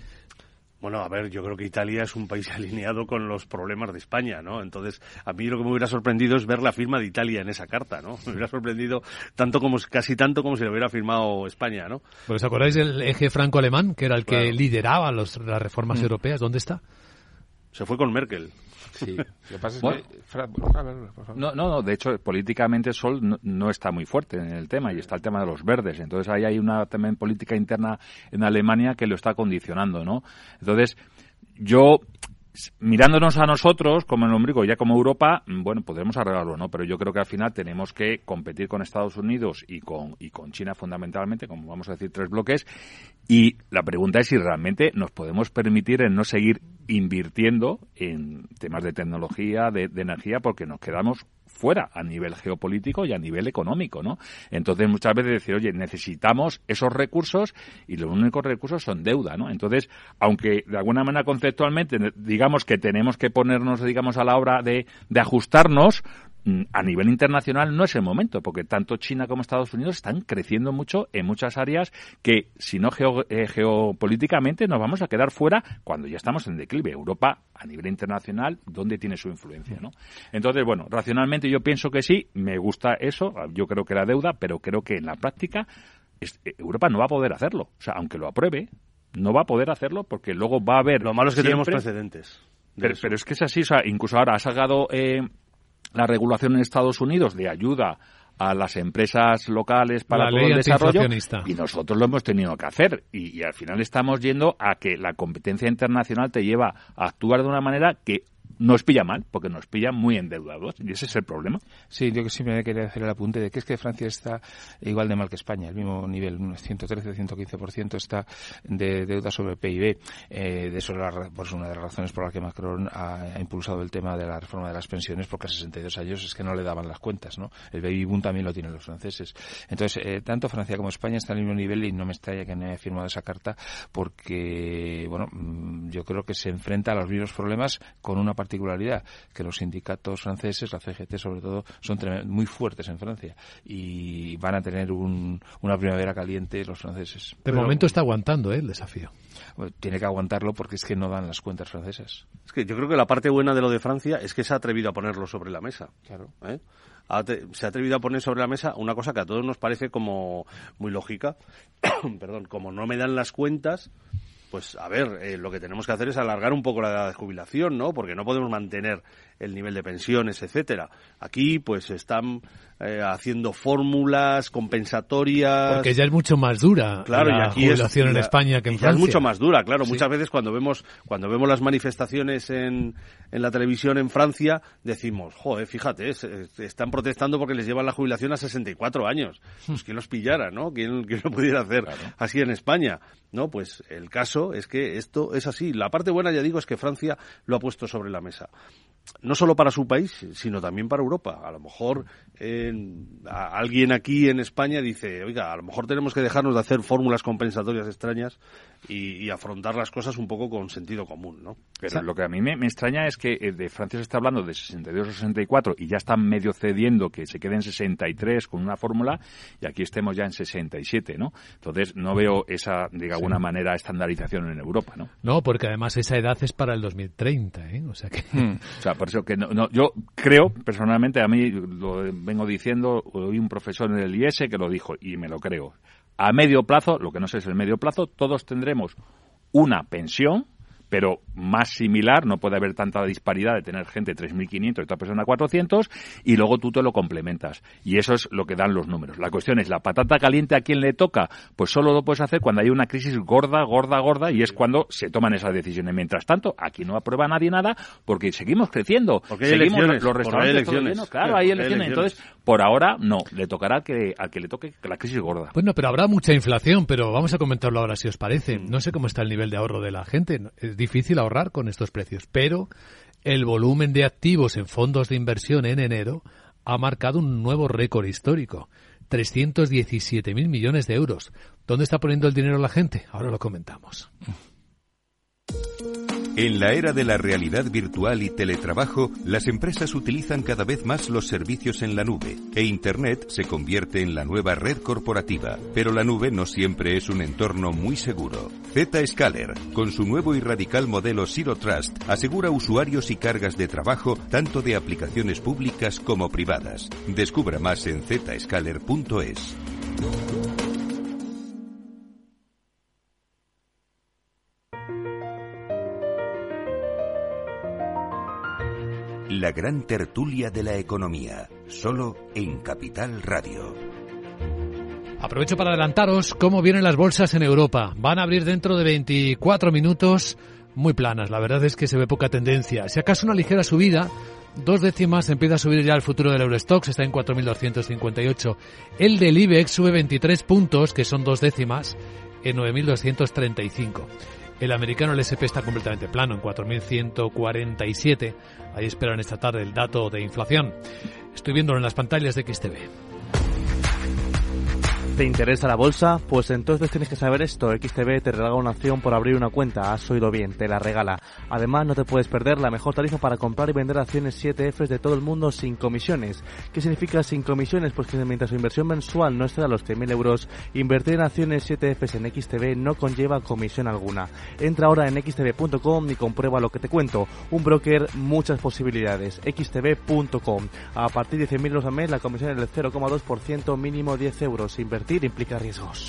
Bueno, a ver, yo creo que Italia es un país alineado con los problemas de España, ¿no? Entonces, a mí lo que me hubiera sorprendido es ver la firma de Italia en esa carta, ¿no? Me hubiera sorprendido tanto como, casi tanto como si lo hubiera firmado España, ¿no? ¿Os acordáis del eje franco-alemán, que era el que claro. lideraba los, las reformas mm. europeas? ¿Dónde está? Se fue con Merkel. Sí, lo que pasa es bueno, que... Fra... No, no, no, de hecho, políticamente Sol no, no está muy fuerte en el tema, y está el tema de los verdes. Entonces, ahí hay una también política interna en Alemania que lo está condicionando, ¿no? Entonces, yo... mirándonos a nosotros como el ombligo, ya como Europa, bueno, podremos arreglarlo, ¿no? Pero yo creo que al final tenemos que competir con Estados Unidos y con y con China fundamentalmente, como vamos a decir, tres bloques. Y la pregunta es si realmente nos podemos permitir en no seguir invirtiendo en temas de tecnología, de, de energía, porque nos quedamos fuera a nivel geopolítico y a nivel económico, ¿no? Entonces, muchas veces decir, oye, necesitamos esos recursos y los únicos recursos son deuda, ¿no? Entonces, aunque de alguna manera conceptualmente digamos que tenemos que ponernos, digamos, a la hora de, de ajustarnos, a nivel internacional no es el momento, porque tanto China como Estados Unidos están creciendo mucho en muchas áreas que, si no geo, eh, geopolíticamente, nos vamos a quedar fuera cuando ya estamos en declive. Europa, a nivel internacional, ¿dónde tiene su influencia, no? Entonces, bueno, racionalmente yo pienso que sí, me gusta eso, yo creo que la deuda, pero creo que en la práctica es, Europa no va a poder hacerlo. O sea, aunque lo apruebe, no va a poder hacerlo porque luego va a haber... Lo malo es que siempre... tenemos precedentes. Pero, pero es que es así, o sea, incluso ahora ha sacado... Eh, la regulación en Estados Unidos de ayuda a las empresas locales para la todo ley el desarrollo, y nosotros lo hemos tenido que hacer y, y al final estamos yendo a que la competencia internacional te lleva a actuar de una manera que nos pilla mal, porque nos pilla muy endeudados, y ese es el problema. Sí, yo que siempre quería hacer el apunte de que es que Francia está igual de mal que España, el mismo nivel, un ciento trece, ciento quince por ciento está de deuda sobre el P I B. Eh, de eso es la, pues una de las razones por las que Macron ha, ha impulsado el tema de la reforma de las pensiones, porque a sesenta y dos años es que no le daban las cuentas, ¿no? El baby boom también lo tienen los franceses. Entonces, eh, tanto Francia como España están al mismo nivel y no me extraña que no haya firmado esa carta, porque, bueno, yo creo que se enfrenta a los mismos problemas con una particularidad, que los sindicatos franceses, la C G T sobre todo, son muy fuertes en Francia y van a tener un, una primavera caliente los franceses. De Pero, momento está aguantando ¿eh? el desafío. Bueno, tiene que aguantarlo porque es que no dan las cuentas francesas. Es que yo creo que la parte buena de lo de Francia es que se ha atrevido a ponerlo sobre la mesa. Claro. ¿Eh? Se ha atrevido a poner sobre la mesa una cosa que a todos nos parece como muy lógica. Perdón, como no me dan las cuentas, pues a ver, eh, lo que tenemos que hacer es alargar un poco la edad de jubilación, ¿no? Porque no podemos mantener el nivel de pensiones, etcétera. Aquí, pues, están eh, haciendo fórmulas compensatorias. Porque ya es mucho más dura claro, la y aquí jubilación es, en la, España que en ya Francia. es mucho más dura, claro. Sí. Muchas veces cuando vemos cuando vemos las manifestaciones en, en la televisión en Francia, decimos, joder, fíjate, es, es, están protestando porque les llevan la jubilación a sesenta y cuatro años. Pues quién los pillara, ¿no? ¿Quién, quién lo pudiera hacer claro. así en España? No, pues el caso es que esto es así. La parte buena, ya digo, es que Francia lo ha puesto sobre la mesa. No solo para su país, sino también para Europa. A lo mejor eh, a alguien aquí en España dice, oiga, a lo mejor tenemos que dejarnos de hacer fórmulas compensatorias extrañas y, y afrontar las cosas un poco con sentido común, ¿no? Pero o sea, lo que a mí me, me extraña es que de Francia se está hablando de sesenta y dos o sesenta y cuatro y ya están medio cediendo que se quede en sesenta y tres con una fórmula y aquí estemos ya en sesenta y siete, ¿no? Entonces no veo esa, de alguna sí. manera, estandarización en Europa, ¿no? No, porque además esa edad es para el dos mil treinta, ¿eh? O sea que... Hmm. O sea, por eso que no, no, yo creo, personalmente, a mí lo vengo diciendo, oí un profesor en el I E S que lo dijo y me lo creo. A medio plazo, lo que no sé es el medio plazo, todos tendremos una pensión, pero más similar, no puede haber tanta disparidad de tener gente tres mil quinientos y otra persona cuatrocientos, y luego tú te lo complementas. Y eso es lo que dan los números. La cuestión es, ¿la patata caliente a quién le toca? Pues solo lo puedes hacer cuando hay una crisis gorda, gorda, gorda, y es cuando se toman esas decisiones. Mientras tanto, aquí no aprueba nadie nada, porque seguimos creciendo. Porque hay seguimos elecciones, los restaurantes hay elecciones. Llenos. Claro, sí, hay, elecciones. hay elecciones. Entonces, por ahora, no. Le tocará que, al que le toque la crisis gorda. Bueno, pero habrá mucha inflación, pero vamos a comentarlo ahora, si os parece. No sé cómo está el nivel de ahorro de la gente. Es difícil ahorrar con estos precios, pero el volumen de activos en fondos de inversión en enero ha marcado un nuevo récord histórico, trescientos diecisiete mil millones de euros. ¿Dónde está poniendo el dinero la gente? Ahora lo comentamos. En la era de la realidad virtual y teletrabajo, las empresas utilizan cada vez más los servicios en la nube, e Internet se convierte en la nueva red corporativa. Pero la nube no siempre es un entorno muy seguro. Zscaler, con su nuevo y radical modelo Zero Trust, asegura usuarios y cargas de trabajo tanto de aplicaciones públicas como privadas. Descubra más en zscaler punto es. La gran tertulia de la economía, solo en Capital Radio. Aprovecho para adelantaros cómo vienen las bolsas en Europa. Van a abrir dentro de veinticuatro minutos, muy planas. La verdad es que se ve poca tendencia. Si acaso una ligera subida, dos décimas, empieza a subir ya el futuro del Eurostoxx, está en cuatro mil doscientos cincuenta y ocho. El del IBEX sube veintitrés puntos, que son dos décimas, en nueve mil doscientos treinta y cinco. El americano, el ese and pe, está completamente plano en cuatro mil ciento cuarenta y siete. Ahí esperan esta tarde el dato de inflación. Estoy viéndolo en las pantallas de X T V. ¿Te interesa la bolsa? Pues entonces tienes que saber esto. X T B te regala una opción por abrir una cuenta. Has oído bien, te la regala. Además, no te puedes perder la mejor tarifa para comprar y vender acciones siete efes de todo el mundo sin comisiones. ¿Qué significa sin comisiones? Pues que mientras su inversión mensual no exceda los cien mil euros, invertir en acciones siete efes en X T B no conlleva comisión alguna. Entra ahora en equis te be punto com y comprueba lo que te cuento. Un broker, muchas posibilidades. equis te be punto com. A partir de cien mil euros al mes, la comisión es del cero coma dos por ciento, mínimo diez euros. Invertir implica riesgos.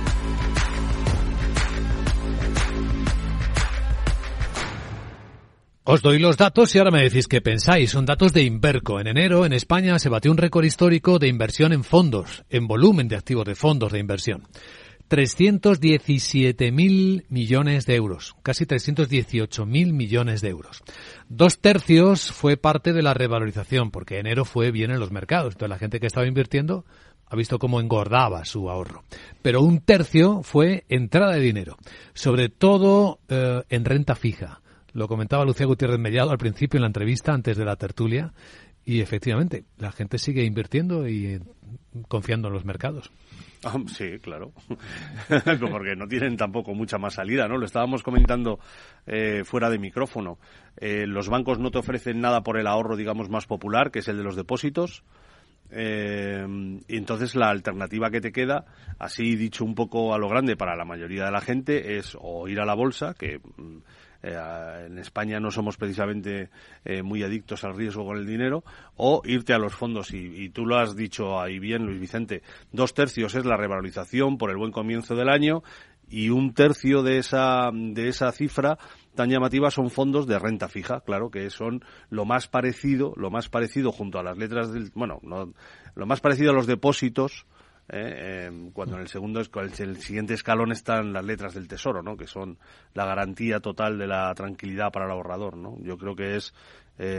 Os doy los datos y ahora me decís qué pensáis. Son datos de Inverco. En enero, en España, se batió un récord histórico de inversión en fondos, en volumen de activos de fondos de inversión. trescientos diecisiete mil millones de euros, casi trescientos dieciocho mil millones de euros. Dos tercios fue parte de la revalorización, porque enero fue bien en los mercados. Entonces la gente que estaba invirtiendo ha visto cómo engordaba su ahorro. Pero un tercio fue entrada de dinero, sobre todo eh, en renta fija. Lo comentaba Lucía Gutiérrez Mellado al principio en la entrevista, antes de la tertulia, y efectivamente, la gente sigue invirtiendo y eh, confiando en los mercados. Ah, sí, claro, porque no tienen tampoco mucha más salida, ¿no? Lo estábamos comentando eh, fuera de micrófono. Eh, los bancos no te ofrecen nada por el ahorro, digamos, más popular, que es el de los depósitos. Eh, y entonces la alternativa que te queda, así dicho un poco a lo grande para la mayoría de la gente, es o ir a la bolsa, que eh, en España no somos precisamente eh, muy adictos al riesgo con el dinero, o irte a los fondos. Y, y tú lo has dicho ahí bien, Luis Vicente, dos tercios es la revalorización por el buen comienzo del año y un tercio de esa de esa cifra tan llamativa son fondos de renta fija, claro, que son lo más parecido, lo más parecido junto a las letras del, bueno, no, lo más parecido a los depósitos, eh, eh, cuando en el segundo, el siguiente escalón están las letras del Tesoro, ¿no? Que son la garantía total de la tranquilidad para el ahorrador, ¿no? Yo creo que es eh,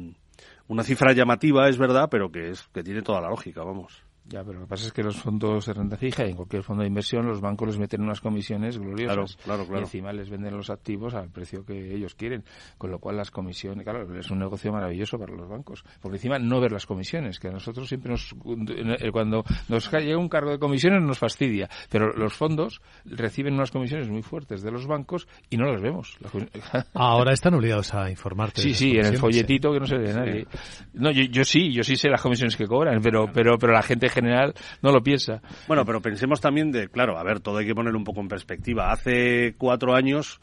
una cifra llamativa, es verdad, pero que es que tiene toda la lógica, vamos. Ya, pero lo que pasa es que los fondos de renta fija y en cualquier fondo de inversión los bancos les meten unas comisiones gloriosas. Claro, claro, claro. Y encima les venden los activos al precio que ellos quieren. Con lo cual las comisiones, claro, es un negocio maravilloso para los bancos. Porque encima no ver las comisiones, que a nosotros siempre nos, cuando nos llega un cargo de comisiones nos fastidia. Pero los fondos reciben unas comisiones muy fuertes de los bancos y no las vemos. Ahora están obligados a informarte. Sí, sí, en el folletito, sí, que no se ve de nadie. No, yo, yo sí, yo sí sé las comisiones que cobran, pero, pero, pero la gente general no lo piensa. Bueno, pero pensemos también de, claro, a ver, todo hay que ponerlo un poco en perspectiva. Hace cuatro años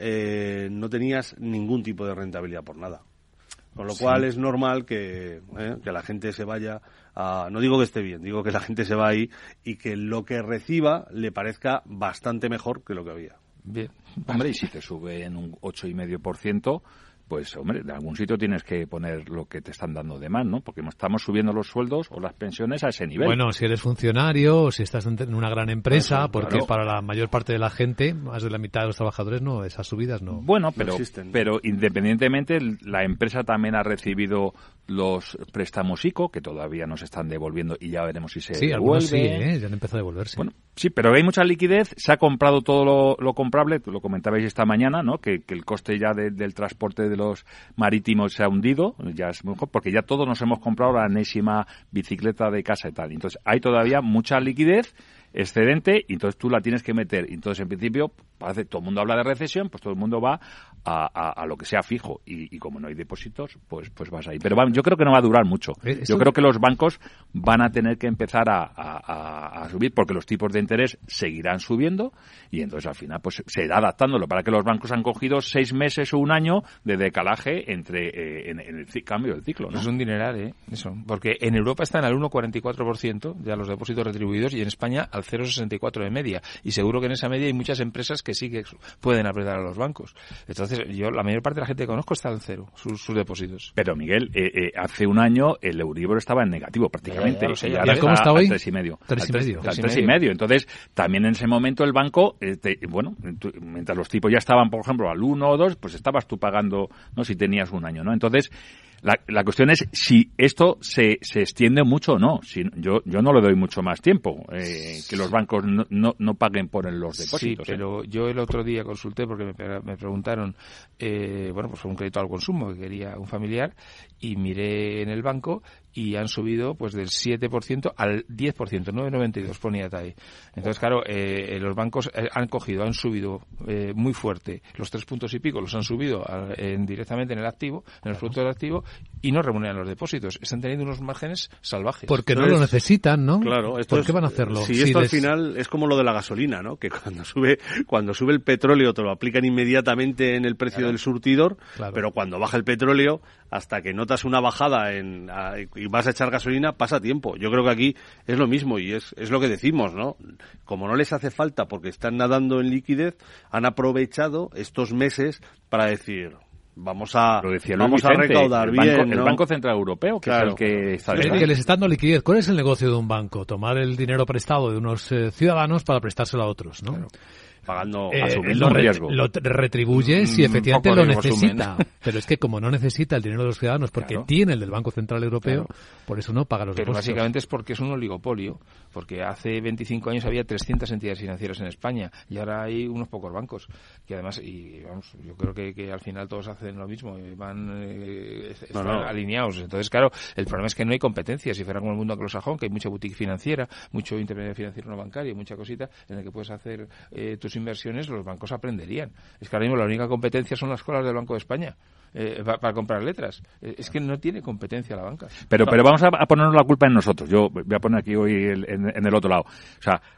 eh, no tenías ningún tipo de rentabilidad por nada. Con lo sí. cual es normal que, eh, que la gente se vaya a... No digo que esté bien, digo que la gente se va ahí y que lo que reciba le parezca bastante mejor que lo que había. Bien. Hombre, y si te sube en un ocho coma cinco por ciento... pues, hombre, de algún sitio tienes que poner lo que te están dando de más, ¿no? Porque estamos subiendo los sueldos o las pensiones a ese nivel. Bueno, si eres funcionario o si estás en una gran empresa, claro, porque claro. para la mayor parte de la gente, más de la mitad de los trabajadores, no, esas subidas no Bueno, pero, no existen. pero independientemente, la empresa también ha recibido los préstamos ICO, que todavía nos están devolviendo y ya veremos si se sí, devuelve. Sí, ¿eh? Ya han empezado a devolverse. Bueno, sí, pero hay mucha liquidez, se ha comprado todo lo, lo comprable, lo comentabais esta mañana, ¿no? Que, que el coste ya de, del transporte de los marítimos se ha hundido, ya es mejor, porque ya todos nos hemos comprado la enésima bicicleta de casa y tal. Entonces, hay todavía mucha liquidez excedente y entonces tú la tienes que meter. Y entonces, en principio, parece todo el mundo habla de recesión, pues todo el mundo va a, a, a lo que sea fijo. Y, y como no hay depósitos, pues pues vas ahí. Pero va, yo creo que no va a durar mucho. Eso... Yo creo que los bancos van a tener que empezar a, a, a subir porque los tipos de interés seguirán subiendo y entonces al final pues se irá adaptándolo. Para que los bancos han cogido seis meses o un año de decalaje entre eh, en, en el c- cambio del ciclo, ¿no? Es un dineral, ¿eh? Eso. Porque en Europa están al uno coma cuarenta y cuatro por ciento ya los depósitos retribuidos y en España al cero coma sesenta y cuatro por ciento de media. Y seguro que en esa media hay muchas empresas que sí que pueden apretar a los bancos. Entonces, yo la mayor parte de la gente que conozco está al cero, sus, sus depósitos. Pero, Miguel, eh, eh, hace un año el Euribor estaba en negativo prácticamente. Ya, ya, ya, sé, y ya, ahora ¿Y cómo está hoy? tres y medio. Tres y medio. Al tres, tres y medio. Entonces, también en ese momento el banco, eh, te, bueno, tú, mientras los tipos ya estaban, por ejemplo, al uno o dos, pues estabas tú pagando, ¿no? Si tenías un año, ¿no? Entonces, La, la cuestión es si esto se, se extiende mucho o no. Si, yo, yo no le doy mucho más tiempo eh, que los bancos no, no, no paguen por los depósitos. Sí, pero ¿eh? yo el otro día consulté porque me, me preguntaron, eh, bueno, pues un crédito al consumo que quería un familiar y miré en el banco y han subido pues del siete por ciento al diez por ciento, nueve coma noventa y dos ponía ahí. Entonces, claro, eh, los bancos han cogido, han subido eh, muy fuerte los tres puntos y pico, los han subido a, en, directamente en el activo, en el fruto del activo, y no remuneran los depósitos. Están teniendo unos márgenes salvajes. Porque no lo necesitan, ¿no? Claro. ¿Por qué es, van a hacerlo? Si sí, esto al final es como lo de la gasolina, ¿no? Que cuando sube cuando sube el petróleo te lo aplican inmediatamente en el precio claro. del surtidor, claro. pero cuando baja el petróleo, hasta que notas una bajada en a, y vas a echar gasolina, pasa tiempo. Yo creo que aquí es lo mismo y es, es lo que decimos, ¿no? Como no les hace falta porque están nadando en liquidez, han aprovechado estos meses para decir... Vamos a, vamos Vicente, a recaudar el bien, banco, ¿no? El Banco Central Europeo, que claro. es el que está el que les está dando liquidez. ¿Cuál es el negocio de un banco? Tomar el dinero prestado de unos eh, ciudadanos para prestárselo a otros, ¿no? Claro. Pagando, eh, asumiendo lo, un riesgo. Lo retribuye si efectivamente lo necesita. Pero es que como no necesita el dinero de los ciudadanos porque claro. tiene el del Banco Central Europeo, claro. por eso no paga los Pero depósitos. básicamente es porque es un oligopolio. Porque hace veinticinco años había trescientas entidades financieras en España y ahora hay unos pocos bancos. Que además, y vamos, yo creo que, que al final todos hacen lo mismo, van eh, están no, no. alineados. Entonces, claro, el problema es que no hay competencia. Si fuera como el mundo anglosajón, que hay mucha boutique financiera, mucho intermediario financiero no bancario, mucha cosita en la que puedes hacer eh, tus inversiones, los bancos aprenderían. Es que ahora mismo la única competencia son las colas del Banco de España eh, para, para comprar letras. Eh, es que no tiene competencia la banca. Pero, pero vamos a, a ponernos la culpa en nosotros. Yo voy a poner aquí hoy el, en, en el otro lado. O sea,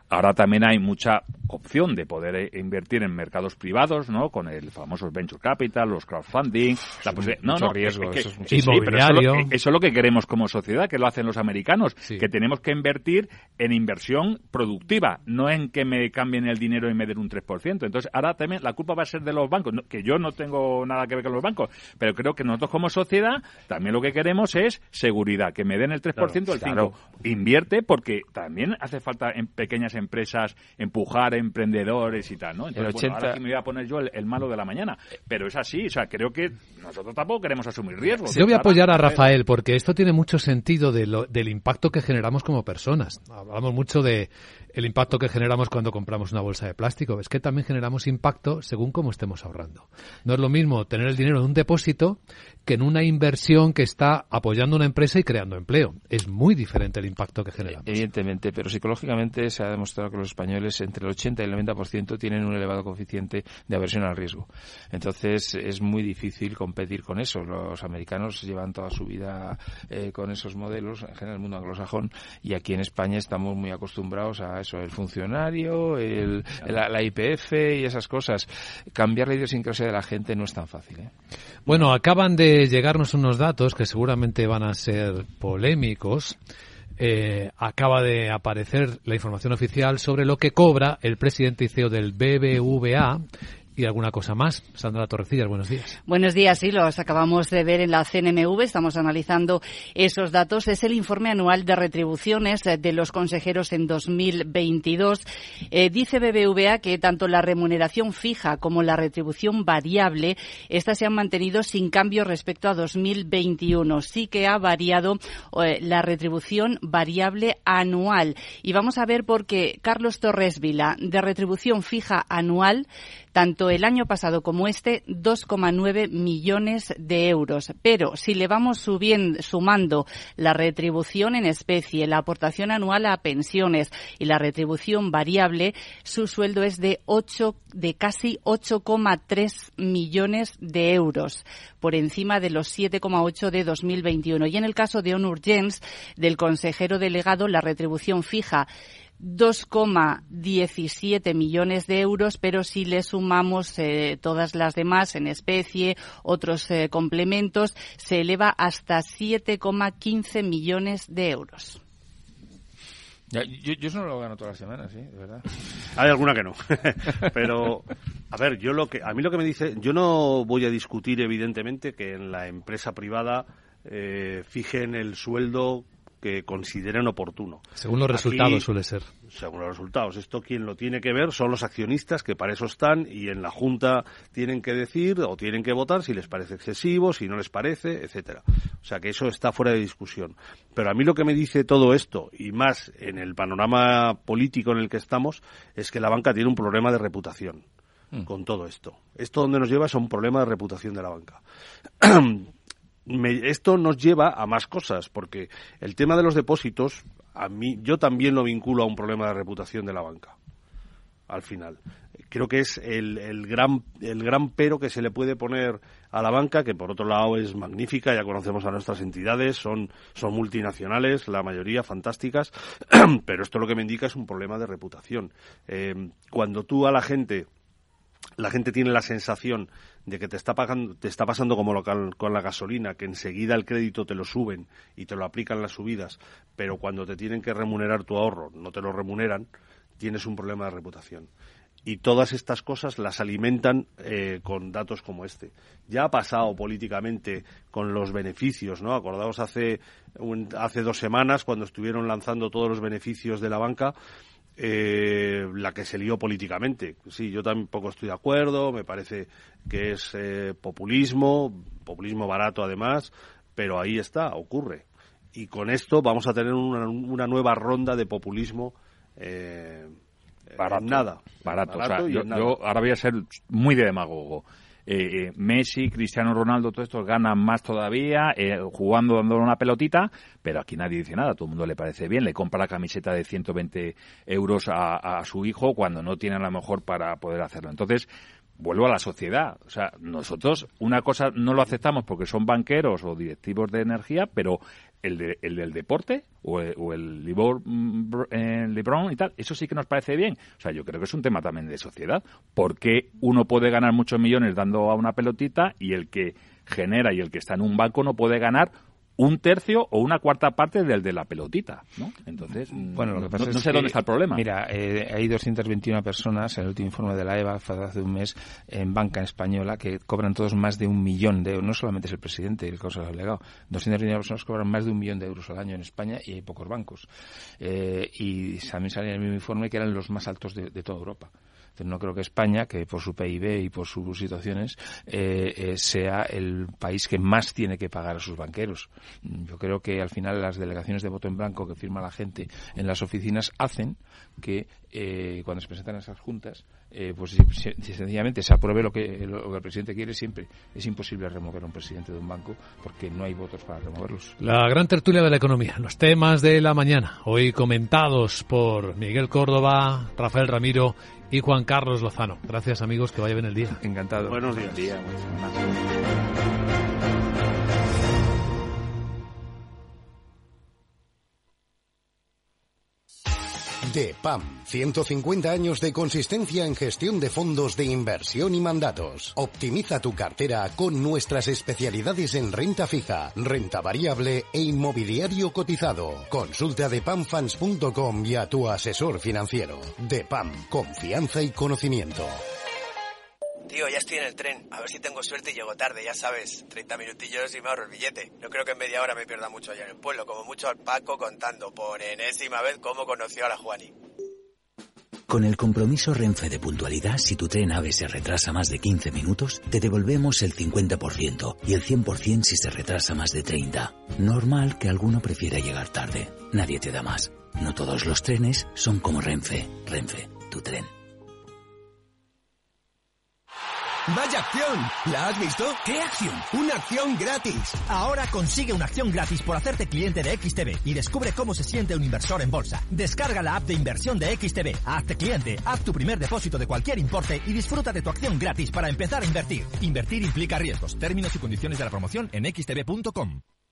Ahora también hay mucha opción de poder invertir en mercados privados, ¿no? Con el famoso venture capital, los crowdfunding, la posibilidad... No, mucho no, riesgo, es que, eso es mucho sí, sí, pero eso, es lo, eso es lo que queremos como sociedad, que lo hacen los americanos, sí. que tenemos que invertir en inversión productiva, no en que me cambien el dinero y me den un tres por ciento. Entonces, ahora también la culpa va a ser de los bancos, que yo no tengo nada que ver con los bancos, pero creo que nosotros como sociedad también lo que queremos es seguridad, que me den el tres por ciento o el cinco por ciento. Claro. Invierte porque también hace falta en pequeñas empresas empujar a emprendedores y tal, ¿no? Entonces, el ochenta... bueno, ahora aquí me voy a poner yo el, el malo de la mañana, pero es así, o sea, creo que nosotros tampoco queremos asumir riesgos. Yo voy a apoyar a Rafael porque esto tiene mucho sentido de lo, del impacto que generamos como personas. Hablamos mucho de el impacto que generamos cuando compramos una bolsa de plástico. Es que también generamos impacto según cómo estemos ahorrando. No es lo mismo tener el dinero en un depósito que en una inversión que está apoyando una empresa y creando empleo. Es muy diferente el impacto que generamos. Evidentemente, pero psicológicamente se ha demostrado que los españoles entre el ochenta y el noventa por ciento tienen un elevado coeficiente de aversión al riesgo. Entonces es muy difícil competir con eso. Los americanos llevan toda su vida eh, con esos modelos, en general el mundo anglosajón, y aquí en España estamos muy acostumbrados a eso, el funcionario, el, la, la I P F y esas cosas. Cambiar la idiosincrasia de la gente no es tan fácil, ¿eh? Bueno, acaban de llegarnos unos datos que seguramente van a ser polémicos. Eh, acaba de aparecer la información oficial sobre lo que cobra el presidente y C E O del B B V A y alguna cosa más. Sandra Torrecillas, buenos días. Buenos días, sí, los acabamos de ver en la C N M V, estamos analizando esos datos. Es el informe anual de retribuciones de los consejeros en dos mil veintidós. Eh, dice B B V A que tanto la remuneración fija como la retribución variable, estas se han mantenido sin cambio respecto a dos mil veintiuno. Sí que ha variado eh, la retribución variable anual. Y vamos a ver por qué Carlos Torres Vila, de retribución fija anual, tanto el año pasado como este, dos coma nueve millones de euros. Pero si le vamos subiendo, sumando la retribución en especie, la aportación anual a pensiones y la retribución variable, su sueldo es de ocho, de casi ocho coma tres millones de euros, por encima de los siete coma ocho de dos mil veintiuno. Y en el caso de Onur Jens, del consejero delegado, la retribución fija dos coma diecisiete millones de euros, pero si le sumamos eh, todas las demás en especie, otros eh, complementos, se eleva hasta siete coma quince millones de euros. Ya, yo, yo eso no lo gano todas las semanas, sí, de verdad. Hay alguna que no. Pero, a ver, yo lo que, a mí lo que me dice, yo no voy a discutir, evidentemente, que en la empresa privada eh, fijen el sueldo que consideren oportuno. Según los resultados, Aquí, suele ser. Según los resultados. Esto quien lo tiene que ver son los accionistas, que para eso están, y en la Junta tienen que decir o tienen que votar si les parece excesivo, si no les parece, etcétera. O sea que eso está fuera de discusión. Pero a mí lo que me dice todo esto, y más en el panorama político en el que estamos, es que la banca tiene un problema de reputación mm. con todo esto. Esto donde nos lleva es a un problema de reputación de la banca. Me, esto nos lleva a más cosas, porque el tema de los depósitos, a mí, yo también lo vinculo a un problema de reputación de la banca, al final. Creo que es el, el gran el gran pero que se le puede poner a la banca, que por otro lado es magnífica, ya conocemos a nuestras entidades, son, son multinacionales, la mayoría fantásticas, pero esto lo que me indica es un problema de reputación. Eh, cuando tú a la gente... La gente tiene la sensación de que te está pagando, te está pasando como lo con la gasolina, que enseguida el crédito te lo suben y te lo aplican las subidas, pero cuando te tienen que remunerar tu ahorro no te lo remuneran, tienes un problema de reputación. Y todas estas cosas las alimentan eh, con datos como este. Ya ha pasado políticamente con los beneficios, ¿no? Acordaos hace, un, hace dos semanas cuando estuvieron lanzando todos los beneficios de la banca, Eh, la que se lió políticamente. Sí, yo tampoco estoy de acuerdo, me parece que es eh, populismo, populismo barato además, pero ahí está, ocurre. Y con esto vamos a tener una, una nueva ronda de populismo eh, barato, en nada. Barato, barato o sea, y yo, en nada. yo ahora voy a ser muy de demagogo. Eh, eh, Messi, Cristiano Ronaldo, todos estos ganan más todavía eh, jugando, dándole una pelotita, pero aquí nadie dice nada, a todo el mundo le parece bien, le compra la camiseta de ciento veinte euros a, a su hijo cuando no tiene a lo mejor para poder hacerlo. Entonces, vuelvo a la sociedad. O sea, nosotros una cosa no lo aceptamos porque son banqueros o directivos de energía, pero el, de, el del deporte o el, o el Libor, eh, Lebron y tal, eso sí que nos parece bien. O sea, yo creo que es un tema también de sociedad. ¿Por qué uno puede ganar muchos millones dando a una pelotita y el que genera y el que está en un banco no puede ganar un tercio o una cuarta parte del de la pelotita, ¿no? Entonces, bueno, lo que pasa no, es no sé que, dónde está el problema. Mira, eh, hay doscientas veintiuna personas en el último informe de la E V A hace un mes en banca española que cobran todos más de un millón de euros. No solamente es el presidente el que causa el delegado. doscientas veintiuna personas cobran más de un millón de euros al año en España y hay pocos bancos. Eh, y también sale en el mismo informe que eran los más altos de, de toda Europa. Entonces, no creo que España, que por su P I B y por sus situaciones, eh, eh, sea el país que más tiene que pagar a sus banqueros. Yo creo que al final las delegaciones de voto en blanco que firma la gente en las oficinas hacen que eh, cuando se presentan esas juntas, eh, pues si, si, si sencillamente se apruebe lo que, lo que el presidente quiere siempre. Es imposible remover a un presidente de un banco porque no hay votos para removerlos. La gran tertulia de la economía, los temas de la mañana, hoy comentados por Miguel Córdoba, Rafael Ramiro y Juan Carlos Lozano. Gracias, amigos, que vaya bien el día. Encantado. Buenos días. Día, buenas semanas. DEPAM, ciento cincuenta años de consistencia en gestión de fondos de inversión y mandatos. Optimiza tu cartera con nuestras especialidades en renta fija, renta variable e inmobiliario cotizado. Consulta depam funds punto com y a tu asesor financiero. DEPAM, confianza y conocimiento. Tío, ya estoy en el tren. A ver si tengo suerte y llego tarde, ya sabes. treinta minutillos y me ahorro el billete. No creo que en media hora me pierda mucho allá en el pueblo. Como mucho al Paco contando por enésima vez cómo conoció a la Juani. Con el compromiso Renfe de puntualidad, si tu tren AVE se retrasa más de quince minutos, te devolvemos el cincuenta por ciento y el cien por ciento si se retrasa más de treinta. Normal que alguno prefiera llegar tarde. Nadie te da más. No todos los trenes son como Renfe. Renfe, tu tren. ¡Vaya acción! ¿La has visto? ¿Qué acción? ¡Una acción gratis! Ahora consigue una acción gratis por hacerte cliente de X T B y descubre cómo se siente un inversor en bolsa. Descarga la app de inversión de X T B, hazte cliente, haz tu primer depósito de cualquier importe y disfruta de tu acción gratis para empezar a invertir. Invertir implica riesgos. Términos y condiciones de la promoción en x t b punto com.